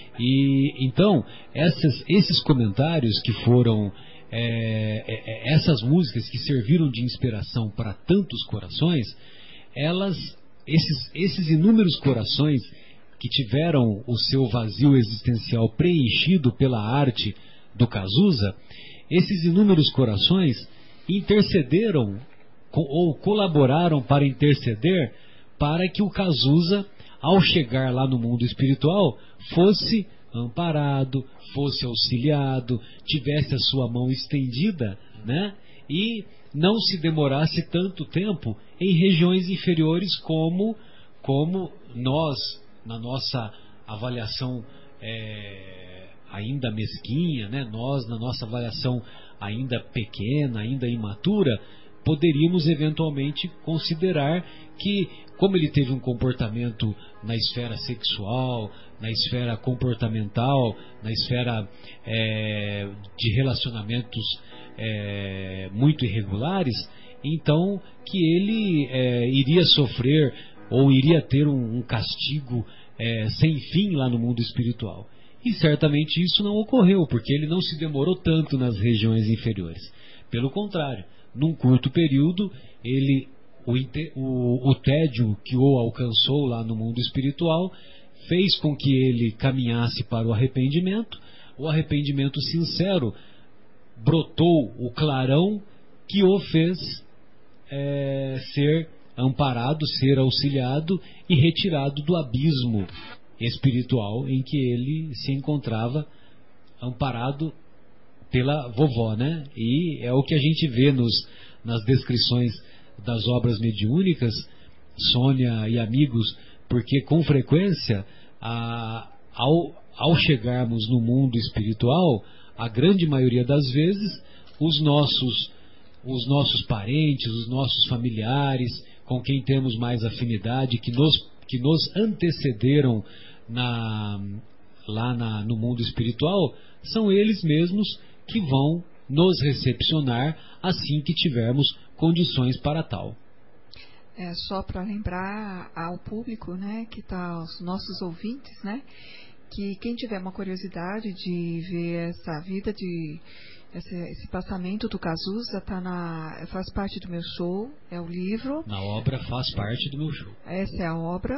E então, essas, esses comentários que foram, é, é, essas músicas que serviram de inspiração para tantos corações, elas, esses, esses inúmeros corações que tiveram o seu vazio existencial preenchido pela arte do Cazuza, esses inúmeros corações intercederam ou colaboraram para interceder para que o Cazuza, ao chegar lá no mundo espiritual, fosse amparado, fosse auxiliado, tivesse a sua mão estendida, né? E não se demorasse tanto tempo em regiões inferiores como, como nós, na nossa avaliação é, ainda mesquinha, né? Nós, na nossa avaliação ainda pequena, ainda imatura, poderíamos eventualmente considerar que, como ele teve um comportamento na esfera sexual, na esfera comportamental, na esfera é, de relacionamentos é, muito irregulares, então que ele é, iria sofrer ou iria ter um, um castigo é, sem fim lá no mundo espiritual. E certamente isso não ocorreu, porque ele não se demorou tanto nas regiões inferiores. Pelo contrário, num curto período, ele, o, o, o tédio que o alcançou lá no mundo espiritual fez com que ele caminhasse para o arrependimento. O arrependimento sincero brotou o clarão que o fez é, ser amparado, ser auxiliado e retirado do abismo espiritual em que ele se encontrava, amparado pela vovó, né? E é o que a gente vê nos, nas descrições das obras mediúnicas, Sônia e amigos, porque com frequência, a, ao, ao chegarmos no mundo espiritual, a grande maioria das vezes, os nossos, os nossos parentes, os nossos familiares, com quem temos mais afinidade, que nos, que nos antecederam na, lá na, no mundo espiritual, são eles mesmos que vão nos recepcionar assim que tivermos condições para tal. É só para lembrar ao público, né, que está, os nossos ouvintes, né, que quem tiver uma curiosidade de ver essa vida, de esse, esse passamento do Cazuza, tá na, faz parte do meu show, é o livro. Na obra faz parte do meu show. Essa é a obra.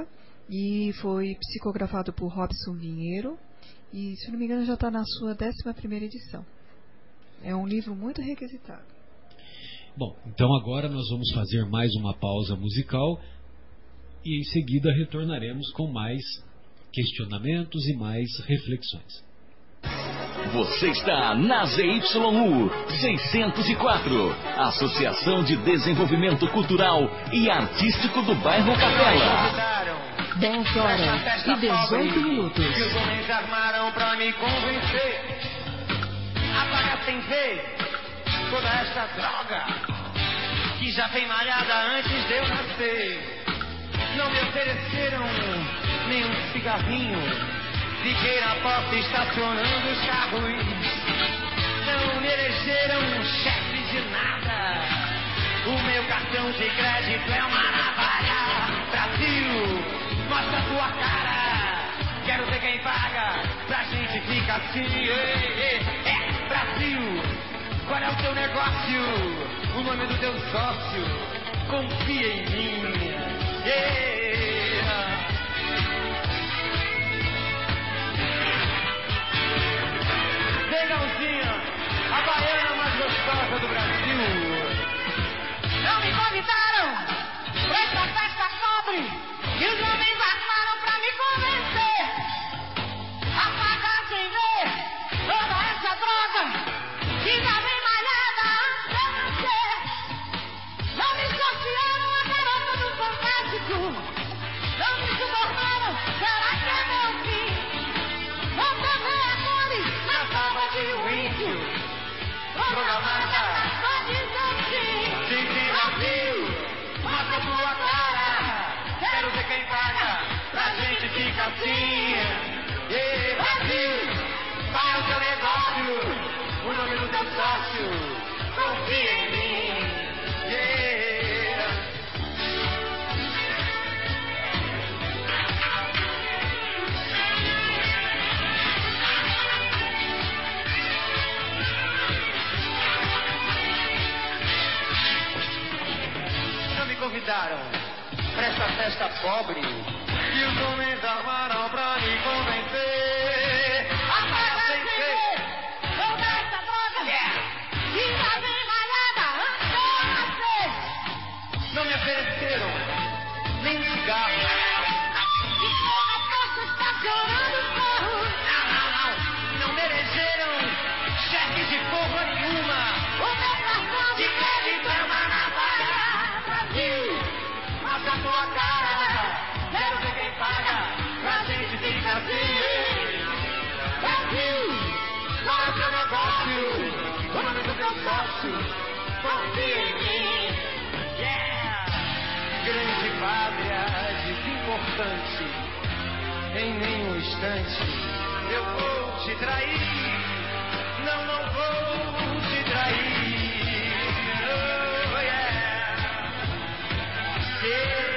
e foi psicografado por Robson Vinheiro e, se não me engano, já está na sua décima primeira edição. É um livro muito requisitado. Bom, então agora nós vamos fazer mais uma pausa musical e em seguida retornaremos com mais questionamentos e mais reflexões. Você está na Z Y U seiscentos e quatro, Associação de Desenvolvimento Cultural e Artístico do Bairro Capela. dez horas e dezoito minutos. Que os homens armaram pra me convencer. Apaga sem ver toda essa droga que já vem malhada antes de eu nascer. Não me ofereceram nenhum cigarrinho. Fiquei na porta estacionando os carros. Não me elegeram chefe de nada. O meu cartão de crédito é uma navalha. Brasil, mostra tua cara. Quero ver quem paga. Pra gente fica assim. Ei, ei, é Brasil. Qual é o teu negócio? O nome do teu sócio. Confia em mim. Ei. Legalzinha, a baiana mais gostosa do Brasil. Não me convidaram pra essa festa pobre que os homens armaram pra me convencer. Apagar sem ver toda essa droga que já vem malhada antes de nascer. Não me associaram a garota do fantástico. Não me subornaram, será que é meu fim? Não tomei a cores na tábua de vídeo. Programada, pode dizer sim, sim, Brasil, mostra tua cara. Quero ver quem paga. Pra gente fica assim. Ei, Brasil, qual é o teu negócio? O nome do teu sócio. Confia em mim. Yeah. Não me convidaram pra essa festa pobre que os homens armaram pra me convencer. apaga sem ver toda essa droga que já vem malhada antes de eu nascer. Não me ofereceram nem um cigarro. Estou na porta estacionando os carros. Não, não, não. Não mereceram cheque de porra nenhuma. O meu cartão De crédito é uma navalha. Brasil, mostra tua cara. Quero ver quem paga. Pra gente fica assim. Brasil, qual é o teu negócio? O nome do teu sócio. Confia em mim. Yeah. Grande pátria, desimportante. Em nenhum instante eu vou te trair. Não, não vou te trair. Oh, yeah. Yeah.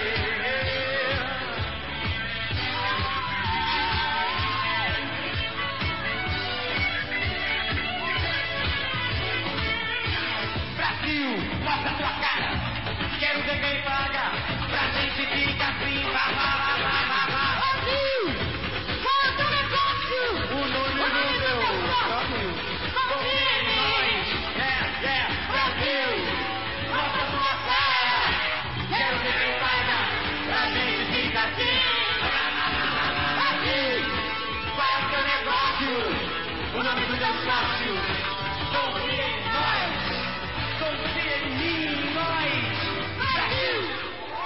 Brasil, mostra tua cara. Quero ver quem paga. Pra gente fica assim. Vá, vá, vá, vá, vá, vá. Brasil, qual é o teu negócio? O nome do teu sócio. Confia em nós. Yeah, yeah. Brasil, mostra tua cara. Quero ver quem paga. Pra gente fica assim. Brasil, qual é o teu negócio? O nome do teu sócio. Confia em nós. Confia em mim, nós. Brasil.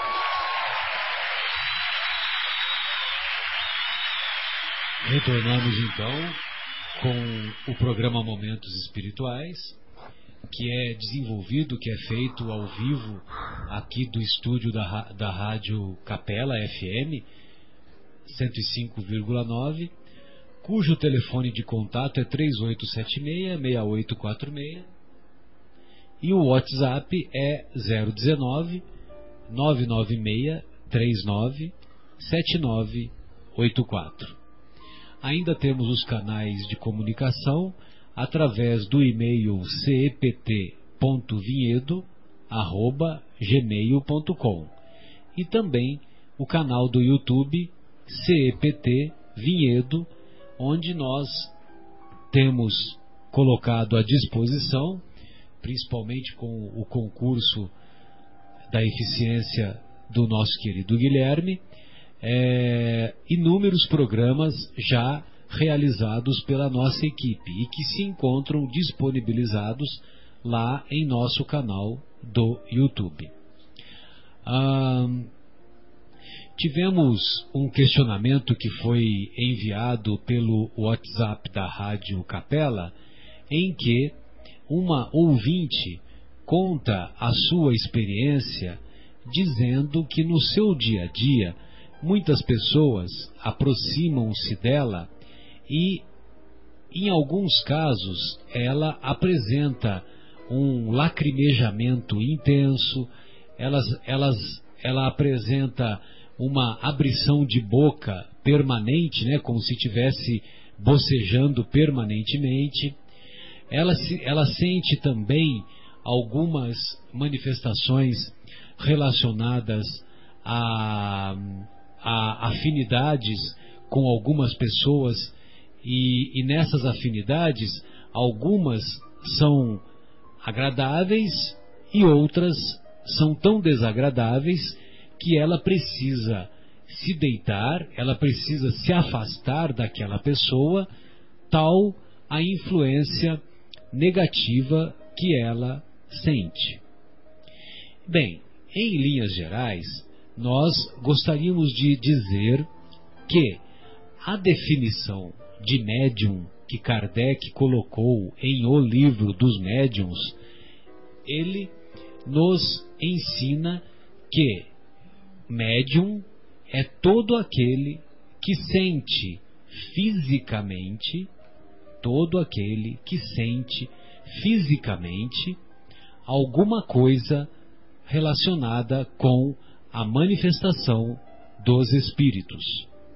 Retornamos então com o programa Momentos Espirituais, que é desenvolvido, que é feito ao vivo aqui do estúdio da, ra- da Rádio Capela F M cento e cinco vírgula nove, cujo telefone de contato é três oito sete seis, seis oito quatro seis e o WhatsApp é zero um nove, nove nove seis, três nove, sete nove oito quatro. Ainda temos os canais de comunicação através do e-mail cept ponto vinhedo arroba gmail ponto com e também o canal do YouTube C E P T Vinhedo, onde nós temos colocado à disposição, principalmente com o concurso da eficiência do nosso querido Guilherme, é, inúmeros programas já realizados pela nossa equipe e que se encontram disponibilizados lá em nosso canal do YouTube. Ah, tivemos um questionamento que foi enviado pelo WhatsApp da Rádio Capela, em que uma ouvinte conta a sua experiência dizendo que no seu dia a dia muitas pessoas aproximam-se dela e, em alguns casos, ela apresenta um lacrimejamento intenso, elas, elas, ela apresenta uma abrição de boca permanente, né, como se estivesse bocejando permanentemente. Ela, se, ela sente também algumas manifestações relacionadas a, a afinidades com algumas pessoas, e, e nessas afinidades algumas são agradáveis e outras são tão desagradáveis que ela precisa se deitar, ela precisa se afastar daquela pessoa, tal a influência negativa que ela sente. Bem, em linhas gerais, nós gostaríamos de dizer que a definição de médium que Kardec colocou em O Livro dos Médiuns, ele nos ensina que médium é todo aquele que sente fisicamente, todo aquele que sente fisicamente alguma coisa relacionada com a manifestação dos espíritos.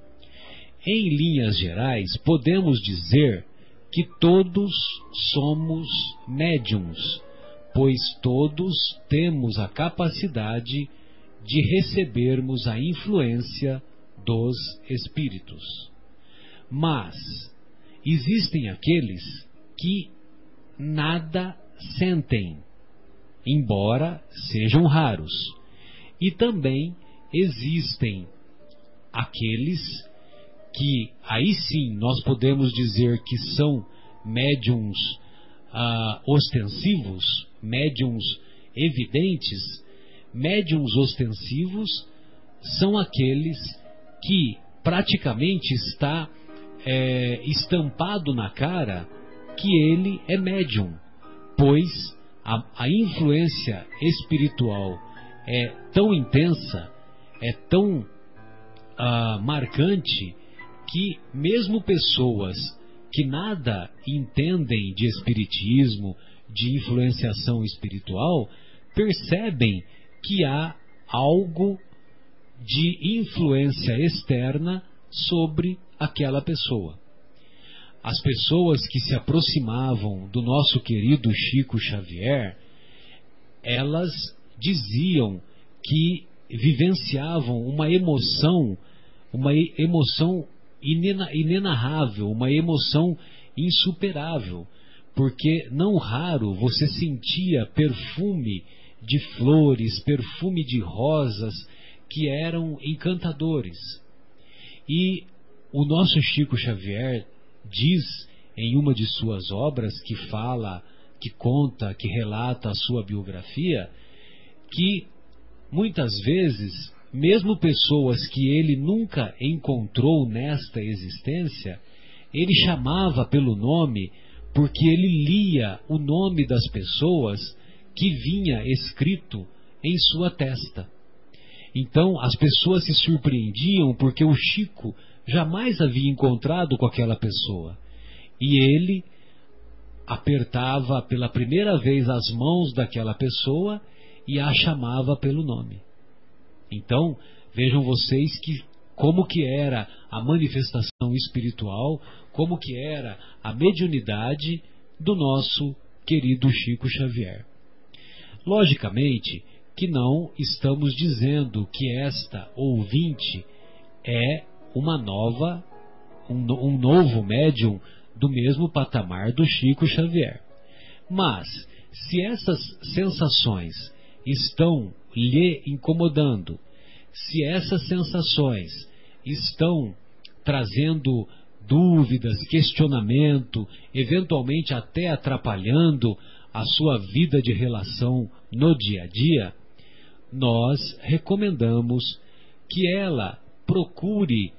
Em linhas gerais, podemos dizer que todos somos médiums, pois todos temos a capacidade de recebermos a influência dos espíritos. Mas existem aqueles que nada sentem, embora sejam raros. E também existem aqueles que, aí sim, nós podemos dizer que são médiums ah, ostensivos, médiums evidentes. Médiums ostensivos são aqueles que praticamente está é, estampado na cara que ele é médium, pois a, a influência espiritual é tão intensa, é tão ah, marcante, que mesmo pessoas que nada entendem de espiritismo, de influenciação espiritual, percebem que há algo de influência externa sobre aquela pessoa. As pessoas que se aproximavam do nosso querido Chico Xavier, elas diziam que vivenciavam uma emoção, uma emoção inenarrável, uma emoção insuperável, porque não raro você sentia perfume de flores, perfume de rosas que eram encantadores. E o nosso Chico Xavier diz em uma de suas obras, que fala, que conta, que relata a sua biografia, que muitas vezes, mesmo pessoas que ele nunca encontrou nesta existência, ele chamava pelo nome, porque ele lia o nome das pessoas que vinha escrito em sua testa. Então as pessoas se surpreendiam porque o Chico jamais havia encontrado com aquela pessoa. E ele apertava pela primeira vez as mãos daquela pessoa e a chamava pelo nome. Então, vejam vocês que como que era a manifestação espiritual, como que era a mediunidade do nosso querido Chico Xavier. Logicamente que não estamos dizendo que esta ouvinte é uma nova, um, um novo médium do mesmo patamar do Chico Xavier. Mas, se essas sensações estão lhe incomodando, se essas sensações estão trazendo dúvidas, questionamento, eventualmente até atrapalhando a sua vida de relação no dia a dia, nós recomendamos que ela procure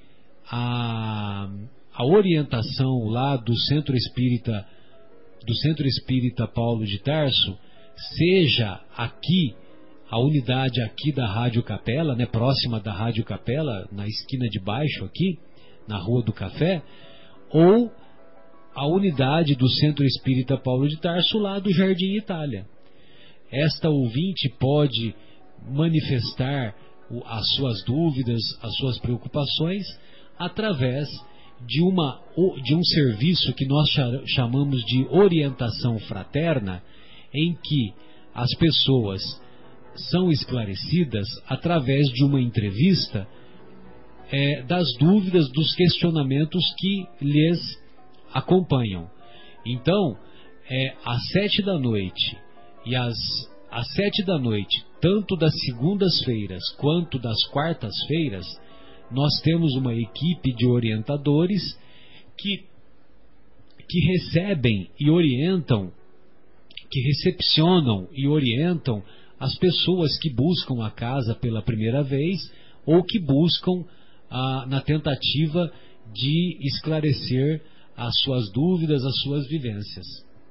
a, a orientação lá do Centro Espírita, do Centro Espírita Paulo de Tarso, seja aqui, a unidade aqui da Rádio Capela, né, próxima da Rádio Capela, na esquina de baixo aqui, na Rua do Café, ou a unidade do Centro Espírita Paulo de Tarso lá do Jardim Itália. Esta ouvinte pode manifestar as suas dúvidas, as suas preocupações através de, uma, de um serviço que nós chamamos de orientação fraterna, em que as pessoas são esclarecidas através de uma entrevista é, das dúvidas, dos questionamentos que lhes acompanham. Então, é, às sete da noite e às, às sete da noite, tanto das segundas-feiras quanto das quartas-feiras, nós temos uma equipe de orientadores que, que recebem e orientam, que recepcionam e orientam as pessoas que buscam a casa pela primeira vez ou que buscam ah, na tentativa de esclarecer as suas dúvidas, as suas vivências.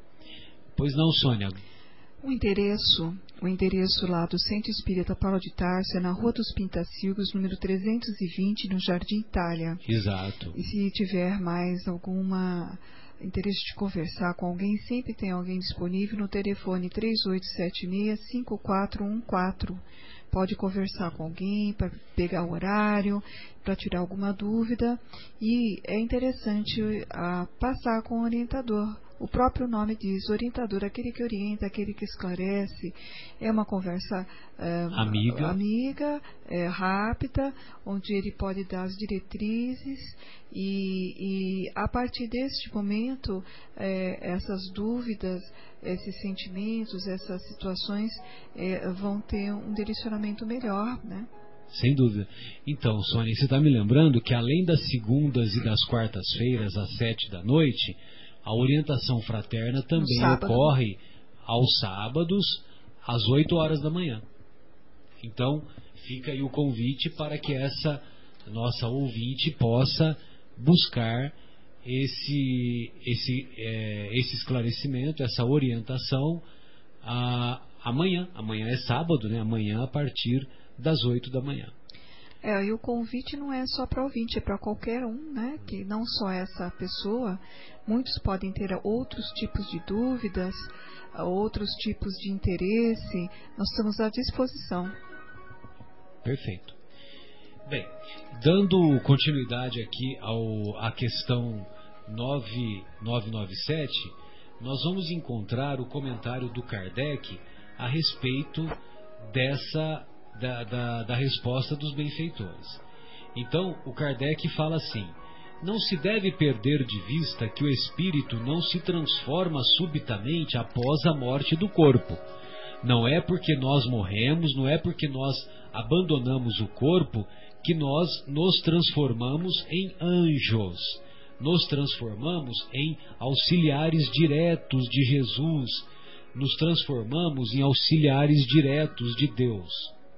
Pois não, Sônia? O endereço, o endereço lá do Centro Espírita Paulo de Tarso é na Rua dos Pintacilgos, número trezentos e vinte, no Jardim Itália. Exato. E se tiver mais alguma interesse de conversar com alguém, sempre tem alguém disponível no telefone três oito sete seis, cinco quatro um quatro. Pode conversar com alguém para pegar o horário, para tirar alguma dúvida. E é interessante a, passar com o orientador. O próprio nome diz, orientador, aquele que orienta, aquele que esclarece. É uma conversa é, amiga, amiga é, rápida, onde ele pode dar as diretrizes e, e a partir deste momento, é, essas dúvidas, esses sentimentos, essas situações é, vão ter um direcionamento melhor, né? Sem dúvida. Então, Sônia, você está me lembrando que além das segundas e das quartas-feiras, às sete da noite, a orientação fraterna também ocorre aos sábados, às oito horas da manhã. Então, fica aí o convite para que essa nossa ouvinte possa buscar esse, esse, é, esse esclarecimento, essa orientação a, amanhã. Amanhã é sábado, né? Amanhã a partir das oito da manhã. É, e o convite não é só para ouvinte, é para qualquer um, né? Que não só essa pessoa, muitos podem ter outros tipos de dúvidas, outros tipos de interesse, nós estamos à disposição. Perfeito. Bem, dando continuidade aqui ao, à questão nove nove nove sete, nós vamos encontrar o comentário do Kardec a respeito dessa Da, da, da resposta dos benfeitores. Então, o Kardec fala assim: não se deve perder de vista que o espírito não se transforma subitamente após a morte do corpo. Não é porque nós morremos, não é porque nós abandonamos o corpo que nós nos transformamos em anjos. Nos transformamos em auxiliares diretos de Jesus. Nos transformamos em auxiliares diretos de Deus.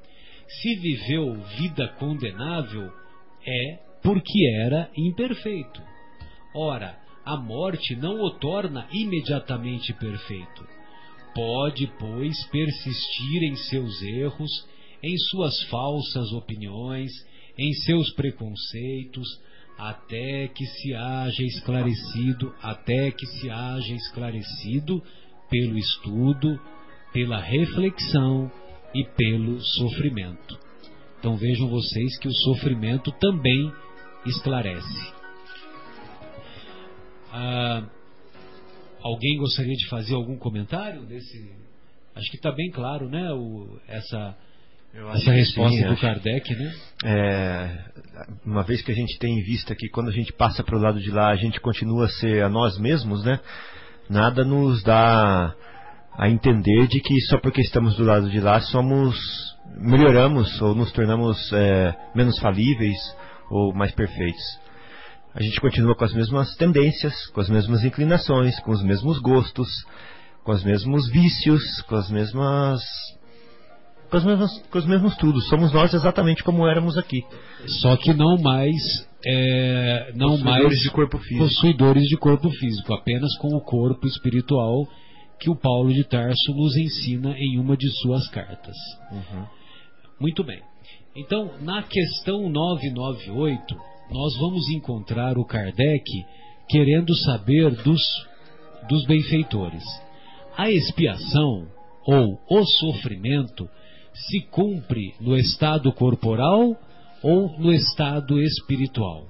Se viveu vida condenável, é porque era imperfeito. Ora, a morte não o torna imediatamente perfeito. Pode, pois, persistir em seus erros, em suas falsas opiniões, em seus preconceitos, até que se haja esclarecido, até que se haja esclarecido pelo estudo, pela reflexão e pelo sofrimento. Então vejam vocês que o sofrimento também esclarece. Ah, alguém gostaria de fazer algum comentário desse, Acho que está bem claro, né, o, essa, Eu acho essa que resposta sim, do acho. Kardec, né? É, uma vez que a gente tem em vista que quando a gente passa para o lado de lá a gente continua a ser a nós mesmos, né? Nada nos dá a entender de que só porque estamos do lado de lá somos melhoramos ou nos tornamos é, menos falíveis ou mais perfeitos. A gente continua com as mesmas tendências, com as mesmas inclinações, com os mesmos gostos, com os mesmos vícios, com as mesmas com os mesmos, com os mesmos tudo. Somos nós exatamente como éramos aqui. Só que não mais é, não possuidores mais de corpo físico. possuidores de corpo físico, apenas com o corpo espiritual que o Paulo de Tarso nos ensina em uma de suas cartas. Uhum. Muito bem. Então, na questão novecentos e noventa e oito, nós vamos encontrar o Kardec querendo saber dos, dos benfeitores. A expiação ou o sofrimento se cumpre no estado corporal ou no estado espiritual?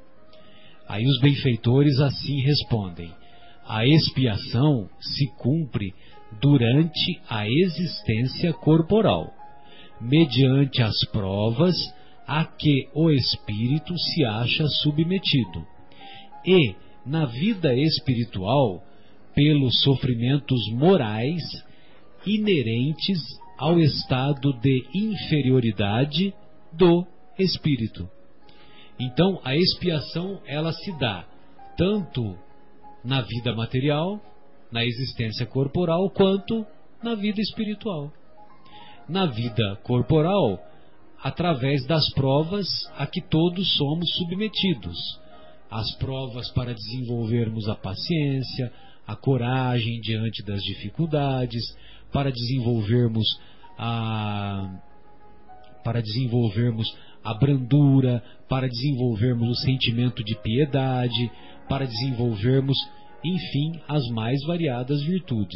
Aí os benfeitores assim respondem: a expiação se cumpre durante a existência corporal, mediante as provas a que o espírito se acha submetido, e na vida espiritual pelos sofrimentos morais inerentes ao estado de inferioridade do espírito. Então, a expiação ela se dá tanto na vida material, na existência corporal, quanto na vida espiritual. Na vida corporal, através das provas a que todos somos submetidos. As provas para desenvolvermos a paciência, a coragem diante das dificuldades, para desenvolvermos a, para desenvolvermos a brandura, para desenvolvermos o sentimento de piedade, para desenvolvermos, enfim, as mais variadas virtudes.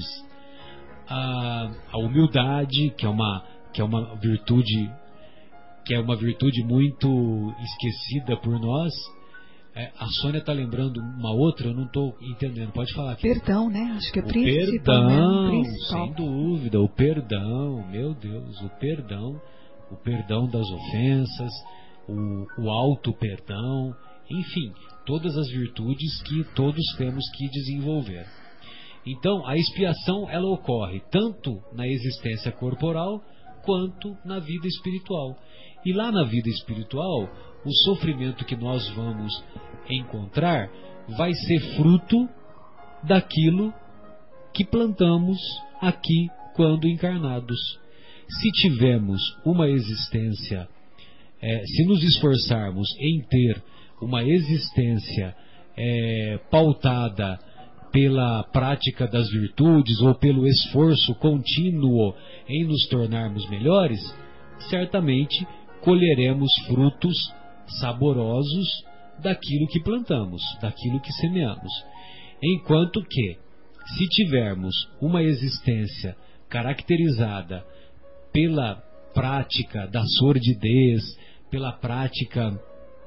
A, a humildade, que é uma, que é uma virtude que é uma virtude muito esquecida por nós. É, a Sônia está lembrando uma outra, eu não estou entendendo. Pode falar aqui. Perdão, né? Acho que é o principal. Perdão, Principal. sem dúvida, o perdão, meu Deus, o perdão, o perdão das ofensas, o, o auto-perdão, enfim, todas as virtudes que todos temos que desenvolver. Então, a expiação, ela ocorre tanto na existência corporal, quanto na vida espiritual. E lá na vida espiritual, o sofrimento que nós vamos encontrar vai ser fruto daquilo que plantamos aqui quando encarnados. Se tivermos uma existência, é, se nos esforçarmos em ter uma existência é, pautada pela prática das virtudes ou pelo esforço contínuo em nos tornarmos melhores, certamente colheremos frutos saborosos daquilo que plantamos, daquilo que semeamos. Enquanto que, se tivermos uma existência caracterizada pela prática da sordidez, pela prática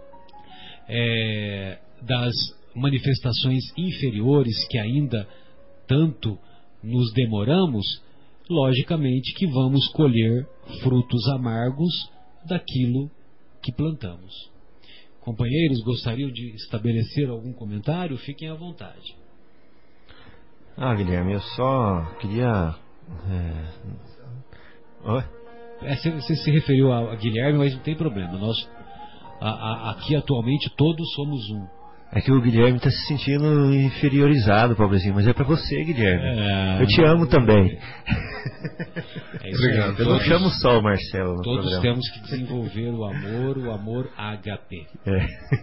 é, das manifestações inferiores que ainda tanto nos demoramos, logicamente que vamos colher frutos amargos daquilo que plantamos. Companheiros, gostariam de estabelecer algum comentário? Fiquem à vontade. Ah, Guilherme, eu só queria... É... Oi? É, você, você se referiu a, a Guilherme, mas não tem problema. Nós, a, a, aqui atualmente todos somos um. É que o Guilherme está se sentindo inferiorizado, pobrezinho, mas é para você, Guilherme. É... Eu te amo também. É isso. Obrigado. Eu não chamo só o Marcelo no Todos programa. temos que desenvolver o amor, o amor ágape. É.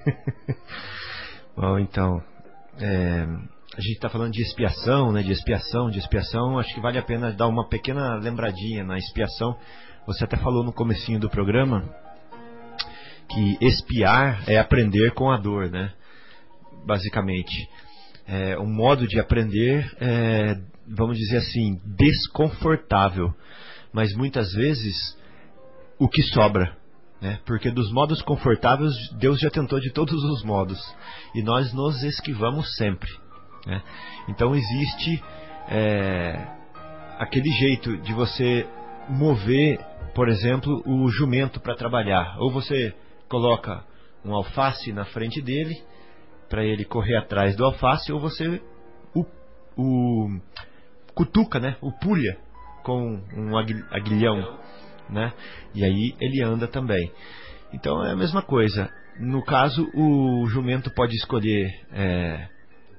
Bom, então, é, a gente está falando de expiação, né? De expiação, de expiação. Acho que vale a pena dar uma pequena lembradinha na expiação. Você até falou no comecinho do programa que expiar é aprender com a dor, né? Basicamente, é um modo de aprender, é, vamos dizer assim, desconfortável, mas muitas vezes o que sobra, né? Porque dos modos confortáveis Deus já tentou de todos os modos e nós nos esquivamos sempre, né? Então existe é, aquele jeito de você mover, por exemplo, o jumento para trabalhar. Ou você coloca um alface na frente dele para ele correr atrás do alface, ou você o, o cutuca, né? O pulha com um aguilhão, né? E aí ele anda também. Então é a mesma coisa. No caso, o jumento pode escolher é,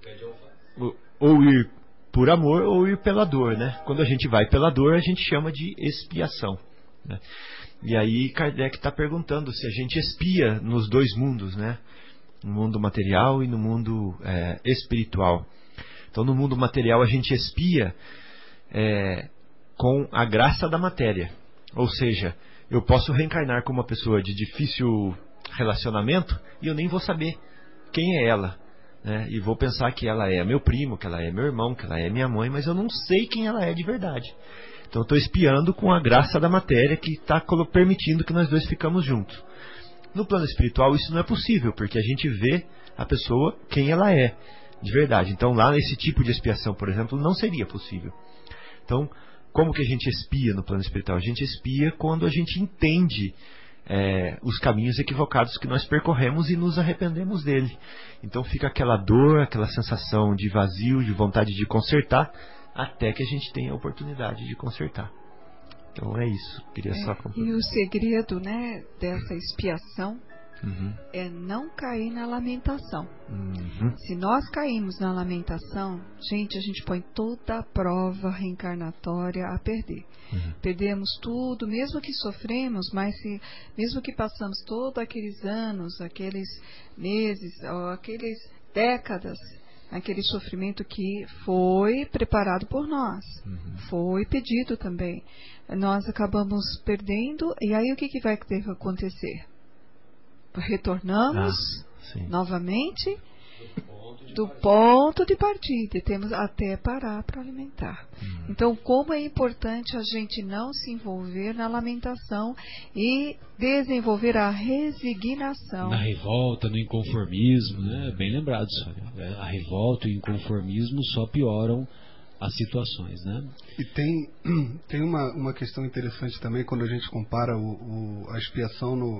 ou ir por amor ou ir pela dor, né? Quando a gente vai pela dor, a gente chama de expiação, né? E aí Kardec está perguntando se a gente expia nos dois mundos, né? No mundo material e no mundo é, espiritual. Então, no mundo material, a gente expia é, com a graça da matéria. Ou seja, eu posso reencarnar como uma pessoa de difícil relacionamento e eu nem vou saber quem é ela, né? E vou pensar que ela é meu primo, que ela é meu irmão, que ela é minha mãe, mas eu não sei quem ela é de verdade. Então, eu estou espiando com a graça da matéria que está permitindo que nós dois ficamos juntos. No plano espiritual isso não é possível, porque a gente vê a pessoa quem ela é de verdade. Então lá nesse tipo de expiação, por exemplo, não seria possível. Então, como que a gente expia no plano espiritual? A gente expia quando a gente entende é, os caminhos equivocados que nós percorremos e nos arrependemos dele. Então fica aquela dor, aquela sensação de vazio, de vontade de consertar, até que a gente tenha a oportunidade de consertar. Então é isso, queria só é, E o segredo, né, dessa expiação uhum. é não cair na lamentação. Uhum. Se nós caímos na lamentação, gente, a gente põe toda a prova reencarnatória a perder. Uhum. Perdemos tudo, mesmo que sofremos, mas se, mesmo que passamos todos aqueles anos, aqueles meses, ou aqueles décadas, aquele sofrimento que foi preparado por nós, uhum. foi pedido também. Nós acabamos perdendo, e aí o que, que vai ter que acontecer? Retornamos ah, novamente do ponto de partida, e temos até parar para alimentar. Uhum. Então, como é importante a gente não se envolver na lamentação e desenvolver a resignação. Na revolta, no inconformismo, né? Bem lembrado, Sônia. A revolta e o inconformismo só pioram as situações, né? E tem, tem uma, uma questão interessante também quando a gente compara o, o, a expiação no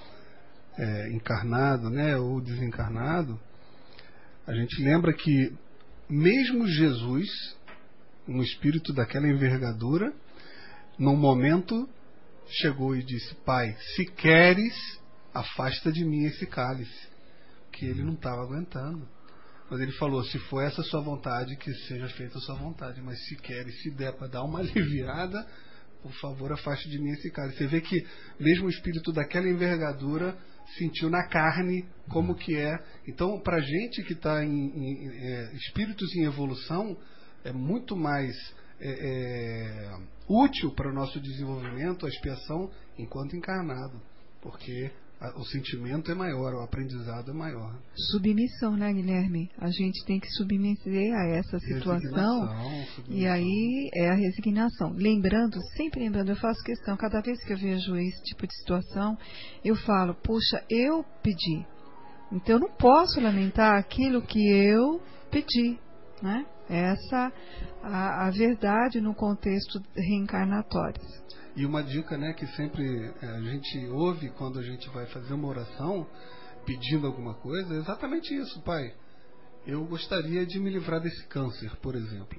é, encarnado, né, ou desencarnado. A gente lembra que mesmo Jesus, um espírito daquela envergadura, num momento chegou e disse: Pai, se queres, afasta de mim esse cálice, que ele não estava aguentando. Mas ele falou: se for essa a sua vontade, que seja feita a sua vontade. Mas se quer e se der para dar uma aliviada, por favor, afaste de mim esse cálice. Você vê que mesmo o espírito daquela envergadura sentiu na carne como que é. Então, para a gente que está em, em é, espíritos em evolução, é muito mais é, é, útil para o nosso desenvolvimento a expiação enquanto encarnado. Porque o sentimento é maior, o aprendizado é maior. Submissão, né, Guilherme? A gente tem que submeter a essa situação. Submissão. E aí é a resignação. Lembrando, sempre lembrando, eu faço questão, cada vez que eu vejo esse tipo de situação, eu falo: puxa, eu pedi. Então eu não posso lamentar aquilo que eu pedi, né? Essa a, a verdade no contexto reencarnatório. E uma dica, né, que sempre a gente ouve quando a gente vai fazer uma oração pedindo alguma coisa, é exatamente isso: Pai, eu gostaria de me livrar desse câncer, por exemplo.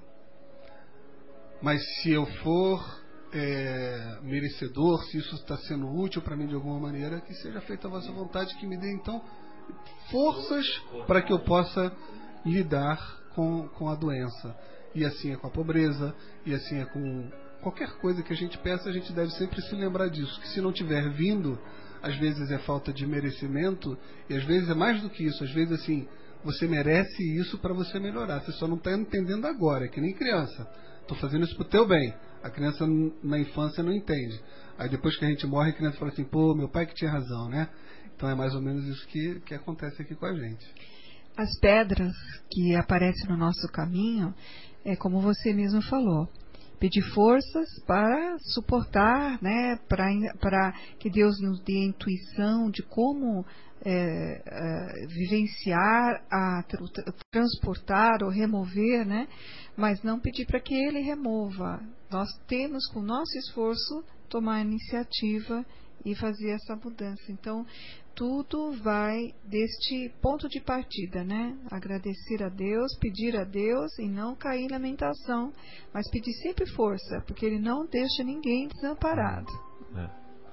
Mas se eu for é, merecedor, se isso está sendo útil para mim de alguma maneira, que seja feita a vossa vontade, que me dê então forças para que eu possa lidar com, com a doença. E assim é com a pobreza, e assim é com qualquer coisa que a gente peça. A gente deve sempre se lembrar disso, que se não tiver vindo, às vezes é falta de merecimento, e às vezes é mais do que isso. Às vezes, assim, você merece isso para você melhorar, você só não está entendendo agora. É que nem criança: estou fazendo isso pro teu bem. A criança na infância não entende. Aí depois que a gente morre, a criança fala assim: pô, meu pai que tinha razão, né? Então é mais ou menos isso que, que acontece aqui com a gente. As pedras que aparecem no nosso caminho, é como você mesmo falou, pedir forças para suportar, né, para, para que Deus nos dê a intuição de como é, é, vivenciar, a, transportar ou remover, né, mas não pedir para que Ele remova. Nós temos, com o nosso esforço, tomar a iniciativa e fazer essa mudança. Então, tudo vai deste ponto de partida, né? Agradecer a Deus, pedir a Deus e não cair em lamentação, mas pedir sempre força, porque Ele não deixa ninguém desamparado. É.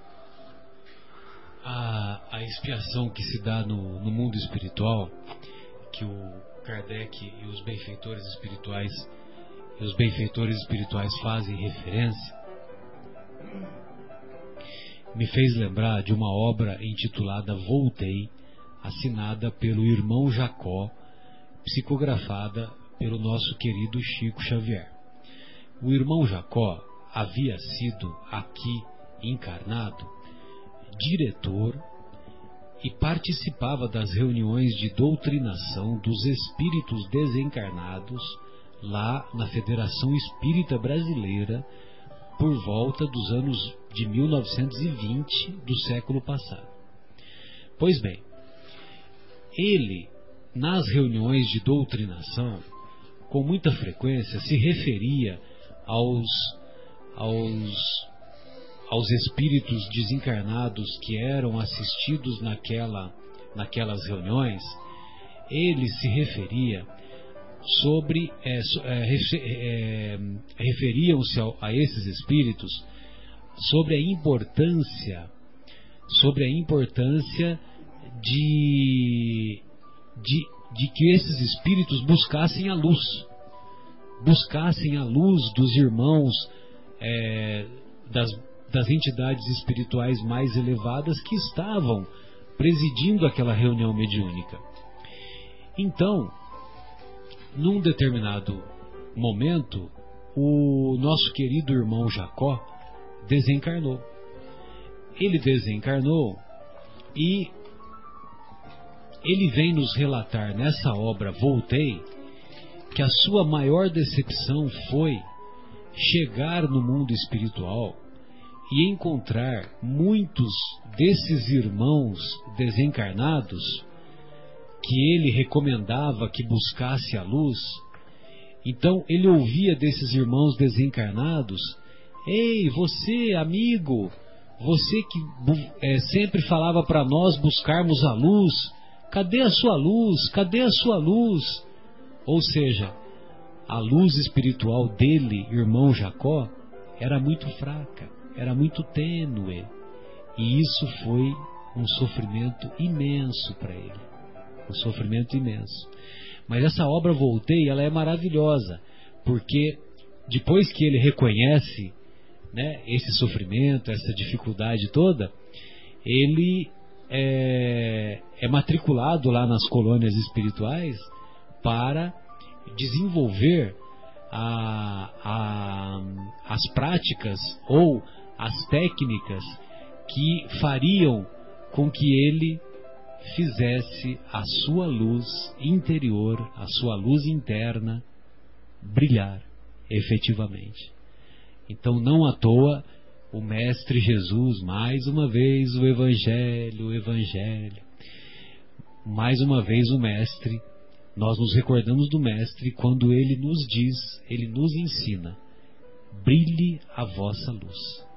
A, a expiação que se dá no, no mundo espiritual, que o Kardec e os benfeitores espirituais e os benfeitores espirituais fazem referência, me fez lembrar de uma obra intitulada Voltei, assinada pelo irmão Jacó, psicografada pelo nosso querido Chico Xavier. O irmão Jacó havia sido aqui encarnado diretor e participava das reuniões de doutrinação dos espíritos desencarnados lá na Federação Espírita Brasileira por volta dos anos de mil novecentos e vinte do século passado. Pois bem, ele, nas reuniões de doutrinação, com muita frequência se referia aos, aos, aos espíritos desencarnados que eram assistidos naquela, naquelas reuniões. Ele se referia sobre é, é, é, referiam-se a, a esses espíritos sobre a importância sobre a importância de, de, de que esses espíritos buscassem a luz buscassem a luz dos irmãos é, das, das entidades espirituais mais elevadas que estavam presidindo aquela reunião mediúnica. Então, num determinado momento, o nosso querido irmão Jacó desencarnou. Ele desencarnou e ele vem nos relatar nessa obra Voltei que a sua maior decepção foi chegar no mundo espiritual e encontrar muitos desses irmãos desencarnados que ele recomendava que buscasse a luz. Então ele ouvia desses irmãos desencarnados: ei, você amigo, você que é, sempre falava para nós buscarmos a luz, cadê a sua luz? Cadê a sua luz? Ou seja, a luz espiritual dele, irmão Jacó, era muito fraca, era muito tênue, e isso foi um sofrimento imenso para ele. Um sofrimento imenso. Mas essa obra Voltei, ela é maravilhosa, porque depois que ele reconhece, né, esse sofrimento, essa dificuldade toda, ele é, é matriculado lá nas colônias espirituais para desenvolver a, a, as práticas ou as técnicas que fariam com que ele fizesse a sua luz interior, a sua luz interna brilhar efetivamente. Então, não à toa, o Mestre Jesus, mais uma vez o Evangelho, o Evangelho, mais uma vez o Mestre, nós nos recordamos do Mestre quando ele nos diz, ele nos ensina: brilhe a vossa luz.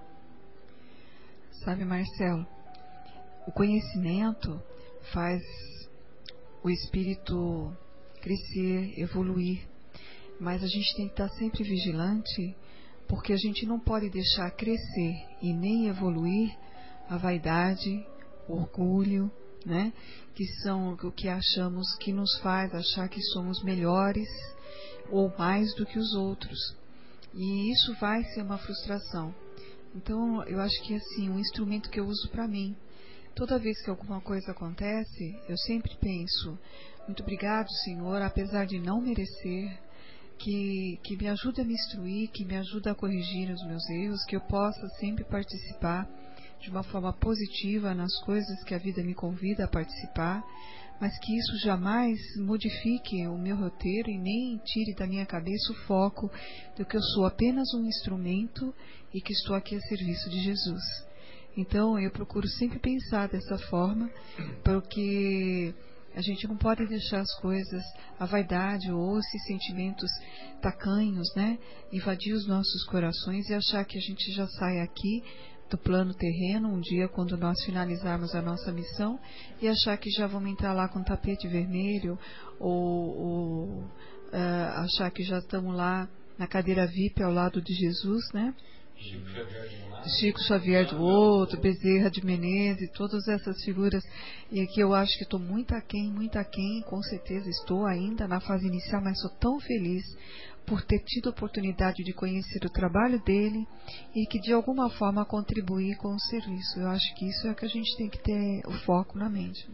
Sabe, Marcelo, o conhecimento faz o espírito crescer, evoluir, mas a gente tem que estar sempre vigilante, porque a gente não pode deixar crescer e nem evoluir a vaidade, o orgulho, né? Que são o que achamos que nos faz achar que somos melhores ou mais do que os outros, e isso vai ser uma frustração. Então eu acho que assim, um instrumento que eu uso para mim, toda vez que alguma coisa acontece, eu sempre penso: muito obrigado, Senhor, apesar de não merecer, que, que me ajude a me instruir, que me ajude a corrigir os meus erros, que eu possa sempre participar de uma forma positiva nas coisas que a vida me convida a participar, mas que isso jamais modifique o meu roteiro e nem tire da minha cabeça o foco de que eu sou apenas um instrumento e que estou aqui a serviço de Jesus. Então eu procuro sempre pensar dessa forma, porque a gente não pode deixar as coisas, a vaidade ou esses sentimentos tacanhos, né, invadir os nossos corações e achar que a gente já sai aqui do plano terreno um dia quando nós finalizarmos a nossa missão e achar que já vamos entrar lá com tapete vermelho ou, ou uh, achar que já estamos lá na cadeira V I P ao lado de Jesus, né? Chico Xavier de um lado, Chico Xavier do outro, Bezerra de Menezes, todas essas figuras, e aqui eu acho que estou muito aquém, muito aquém, com certeza estou ainda na fase inicial, mas sou tão feliz por ter tido a oportunidade de conhecer o trabalho dele e que de alguma forma contribuir com o serviço. Eu acho que isso é que a gente tem que ter o foco na mente.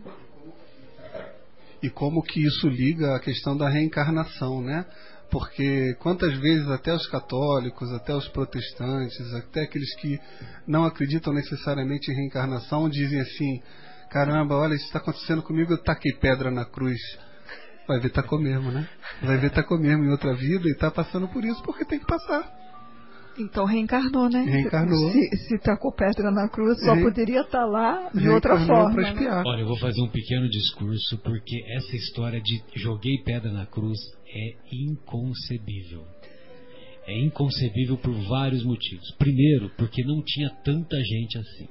E como que isso liga à questão da reencarnação, né? Porque quantas vezes até os católicos, até os protestantes, até aqueles que não acreditam necessariamente em reencarnação, dizem assim: caramba, olha, isso está acontecendo comigo, eu taquei pedra na cruz. Vai ver, tacou mesmo, né? Vai ver, tacou mesmo em outra vida e está passando por isso porque tem que passar. Então reencarnou, né? Reencarnou. Se, se tacou pedra na cruz, só Re... poderia estar lá de outra forma. Né? Olha, eu vou fazer um pequeno discurso, porque essa história de joguei pedra na cruz é inconcebível. É inconcebível por vários motivos. Primeiro, porque não tinha tanta gente assim.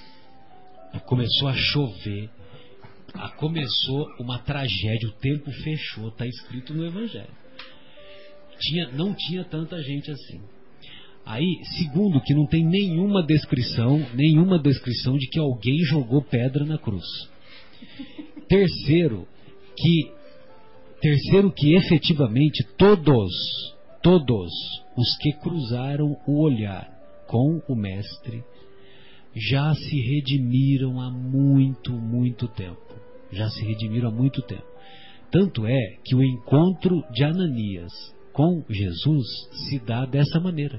Começou a chover, a, começou uma tragédia, o tempo fechou, está escrito no Evangelho. Tinha, não tinha tanta gente assim. Aí, segundo, que não tem nenhuma descrição, nenhuma descrição de que alguém jogou pedra na cruz. Terceiro, que terceiro que efetivamente todos, todos os que cruzaram o olhar com o mestre já se redimiram há muito, muito tempo. Já se redimiram há muito tempo. Tanto é que o encontro de Ananias com Jesus se dá dessa maneira.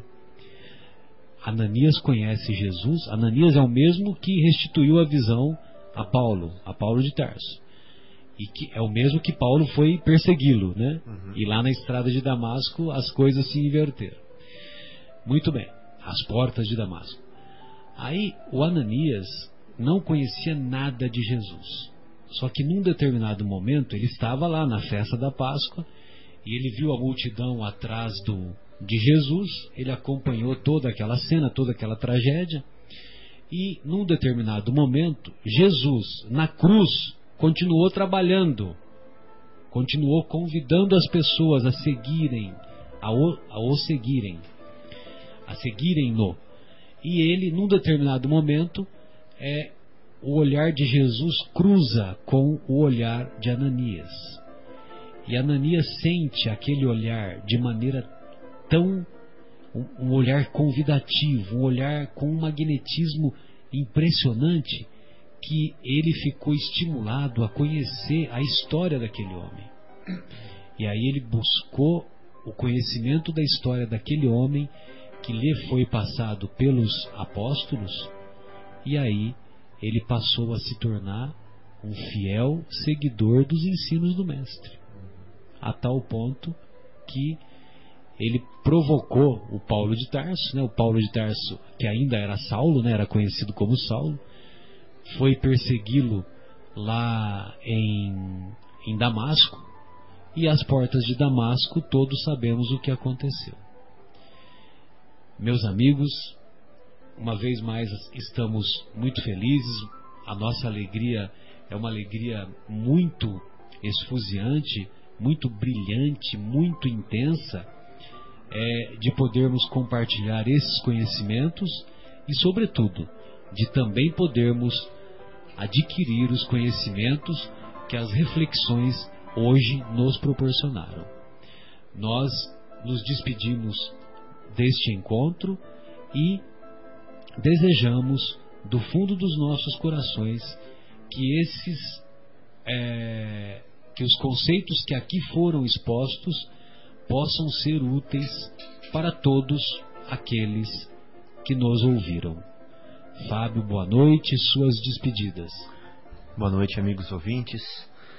Ananias conhece Jesus. Ananias é o mesmo que restituiu a visão a Paulo, a Paulo de Tarso. E que é o mesmo que Paulo foi persegui-lo, né? Uhum. E lá na estrada de Damasco as coisas se inverteram. Muito bem, as portas de Damasco. Aí o Ananias não conhecia nada de Jesus. Só que num determinado momento ele estava lá na festa da Páscoa e ele viu a multidão atrás do, de Jesus. Ele acompanhou toda aquela cena, toda aquela tragédia. E num determinado momento Jesus, na cruz, continuou trabalhando, continuou convidando as pessoas a seguirem, a o, a o seguirem, a seguirem-no. E ele, num determinado momento, é, o olhar de Jesus cruza com o olhar de Ananias. E Ananias sente aquele olhar de maneira tão, um, um olhar convidativo, um olhar com um magnetismo impressionante, que ele ficou estimulado a conhecer a história daquele homem. E aí ele buscou o conhecimento da história daquele homem que lhe foi passado pelos apóstolos, e aí ele passou a se tornar um fiel seguidor dos ensinos do mestre, a tal ponto que ele provocou o Paulo de Tarso, né? O Paulo de Tarso, que ainda era Saulo, né? Era conhecido como Saulo, foi persegui-lo lá em, em Damasco, e às portas de Damasco todos sabemos o que aconteceu. Meus amigos, uma vez mais estamos muito felizes. A nossa alegria é uma alegria muito esfuziante, muito brilhante, muito intensa, é, de podermos compartilhar esses conhecimentos e, sobretudo, de também podermos adquirir os conhecimentos que as reflexões hoje nos proporcionaram. Nós nos despedimos deste encontro e desejamos do fundo dos nossos corações que esses é, que os conceitos que aqui foram expostos possam ser úteis para todos aqueles que nos ouviram. Fábio, boa noite, suas despedidas. Boa noite, amigos ouvintes.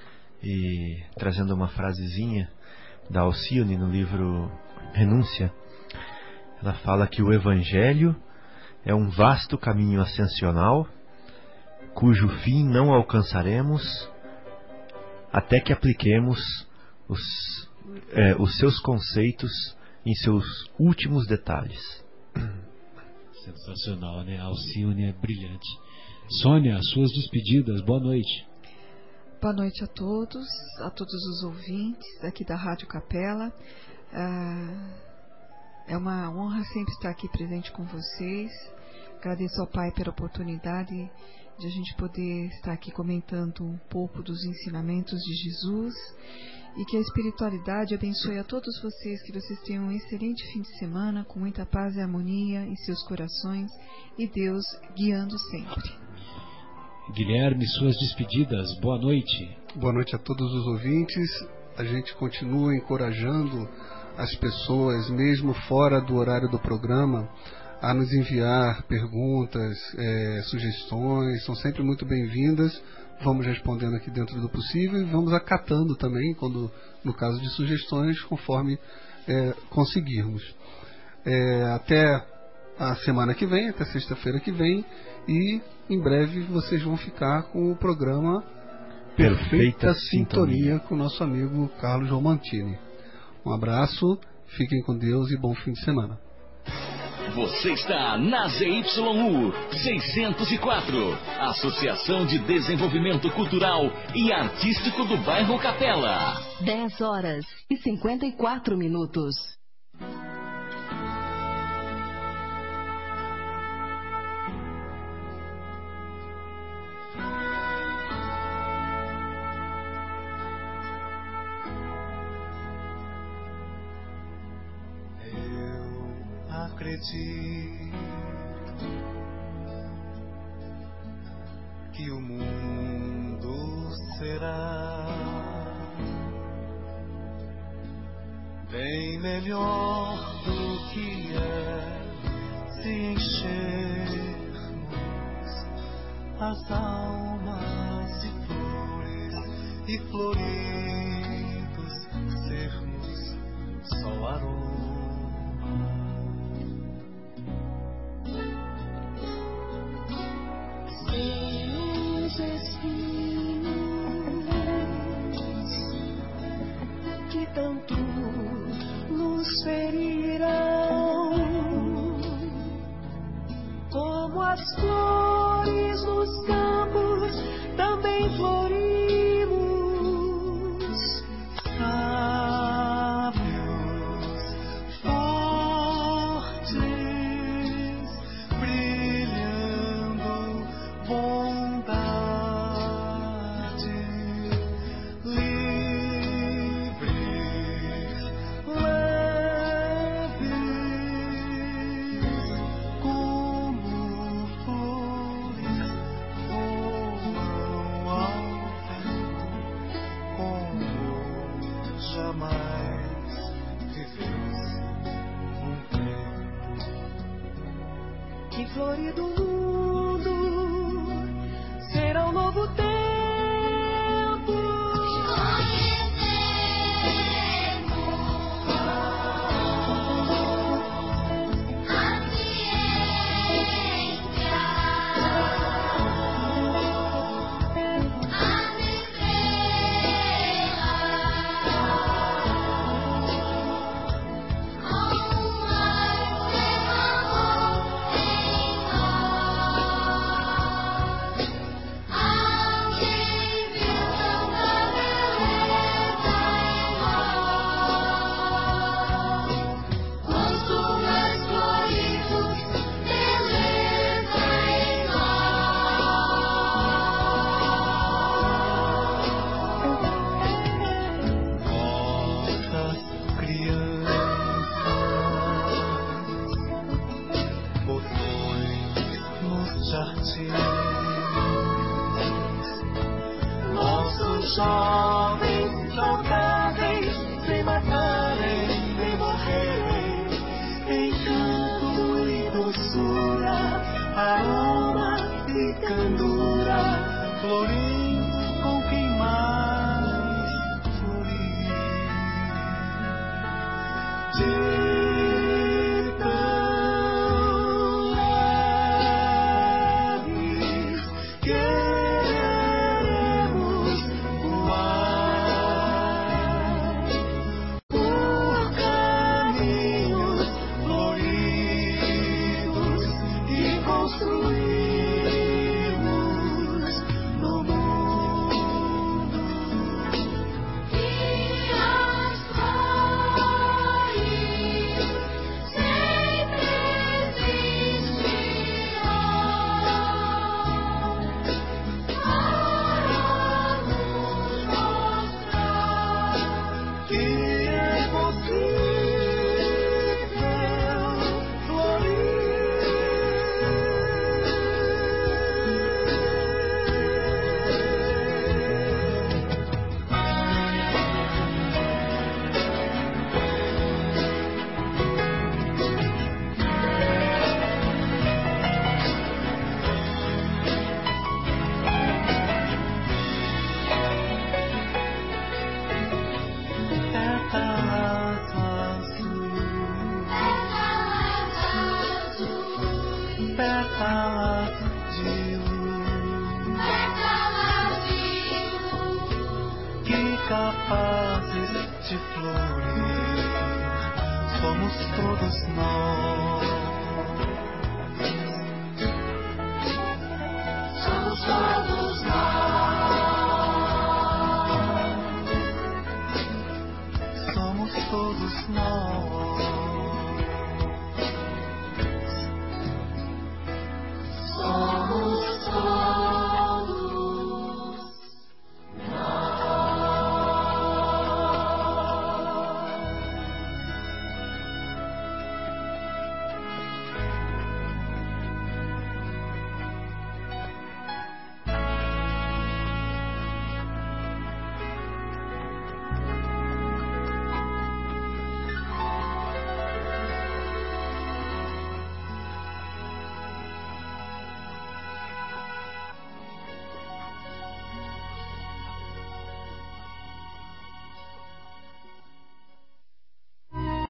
e trazendo uma frasezinha da Alcione no livro Renúncia. Ela fala que o Evangelho é um vasto caminho ascensional, cujo fim não alcançaremos até que apliquemos os, é, os seus conceitos em seus últimos detalhes. Sensacional, né? A Alcione é brilhante. Sônia, suas despedidas, boa noite. Boa noite a todos, a todos os ouvintes aqui da Rádio Capela. Ah, é uma honra sempre estar aqui presente com vocês. Agradeço ao Pai pela oportunidade de a gente poder estar aqui comentando um pouco dos ensinamentos de Jesus, e que a espiritualidade abençoe a todos vocês, que vocês tenham um excelente fim de semana, com muita paz e harmonia em seus corações, e Deus guiando sempre. Guilherme, suas despedidas, boa noite. Boa noite a todos os ouvintes. A gente continua encorajando as pessoas, mesmo fora do horário do programa, a nos enviar perguntas, é, sugestões, são sempre muito bem-vindas. Vamos respondendo aqui dentro do possível e vamos acatando também, quando, no caso de sugestões, conforme é, conseguirmos. É, até a semana que vem, até sexta-feira que vem, e em breve vocês vão ficar com o programa Perfeita, Perfeita Sintonia, Sintonia com o nosso amigo Carlos Romantini. Um abraço, fiquem com Deus e bom fim de semana. Você está na Z Y U seiscentos e quatro, Associação de Desenvolvimento Cultural e Artístico do Bairro Capela. dez horas e cinquenta e quatro minutos. Acredito que o mundo será bem melhor do que é se enchermos as almas de flores e floridos sermos só aroma. Os espinhos que tanto nos ferirão, como as flores nos campos também florimos, sábios, fortes, brilhando bondade, livres, leves, como flores voam ao vento, como jamais viveu-se um tempo. Que florido mundo será um novo tempo. Ah Somos todos nós.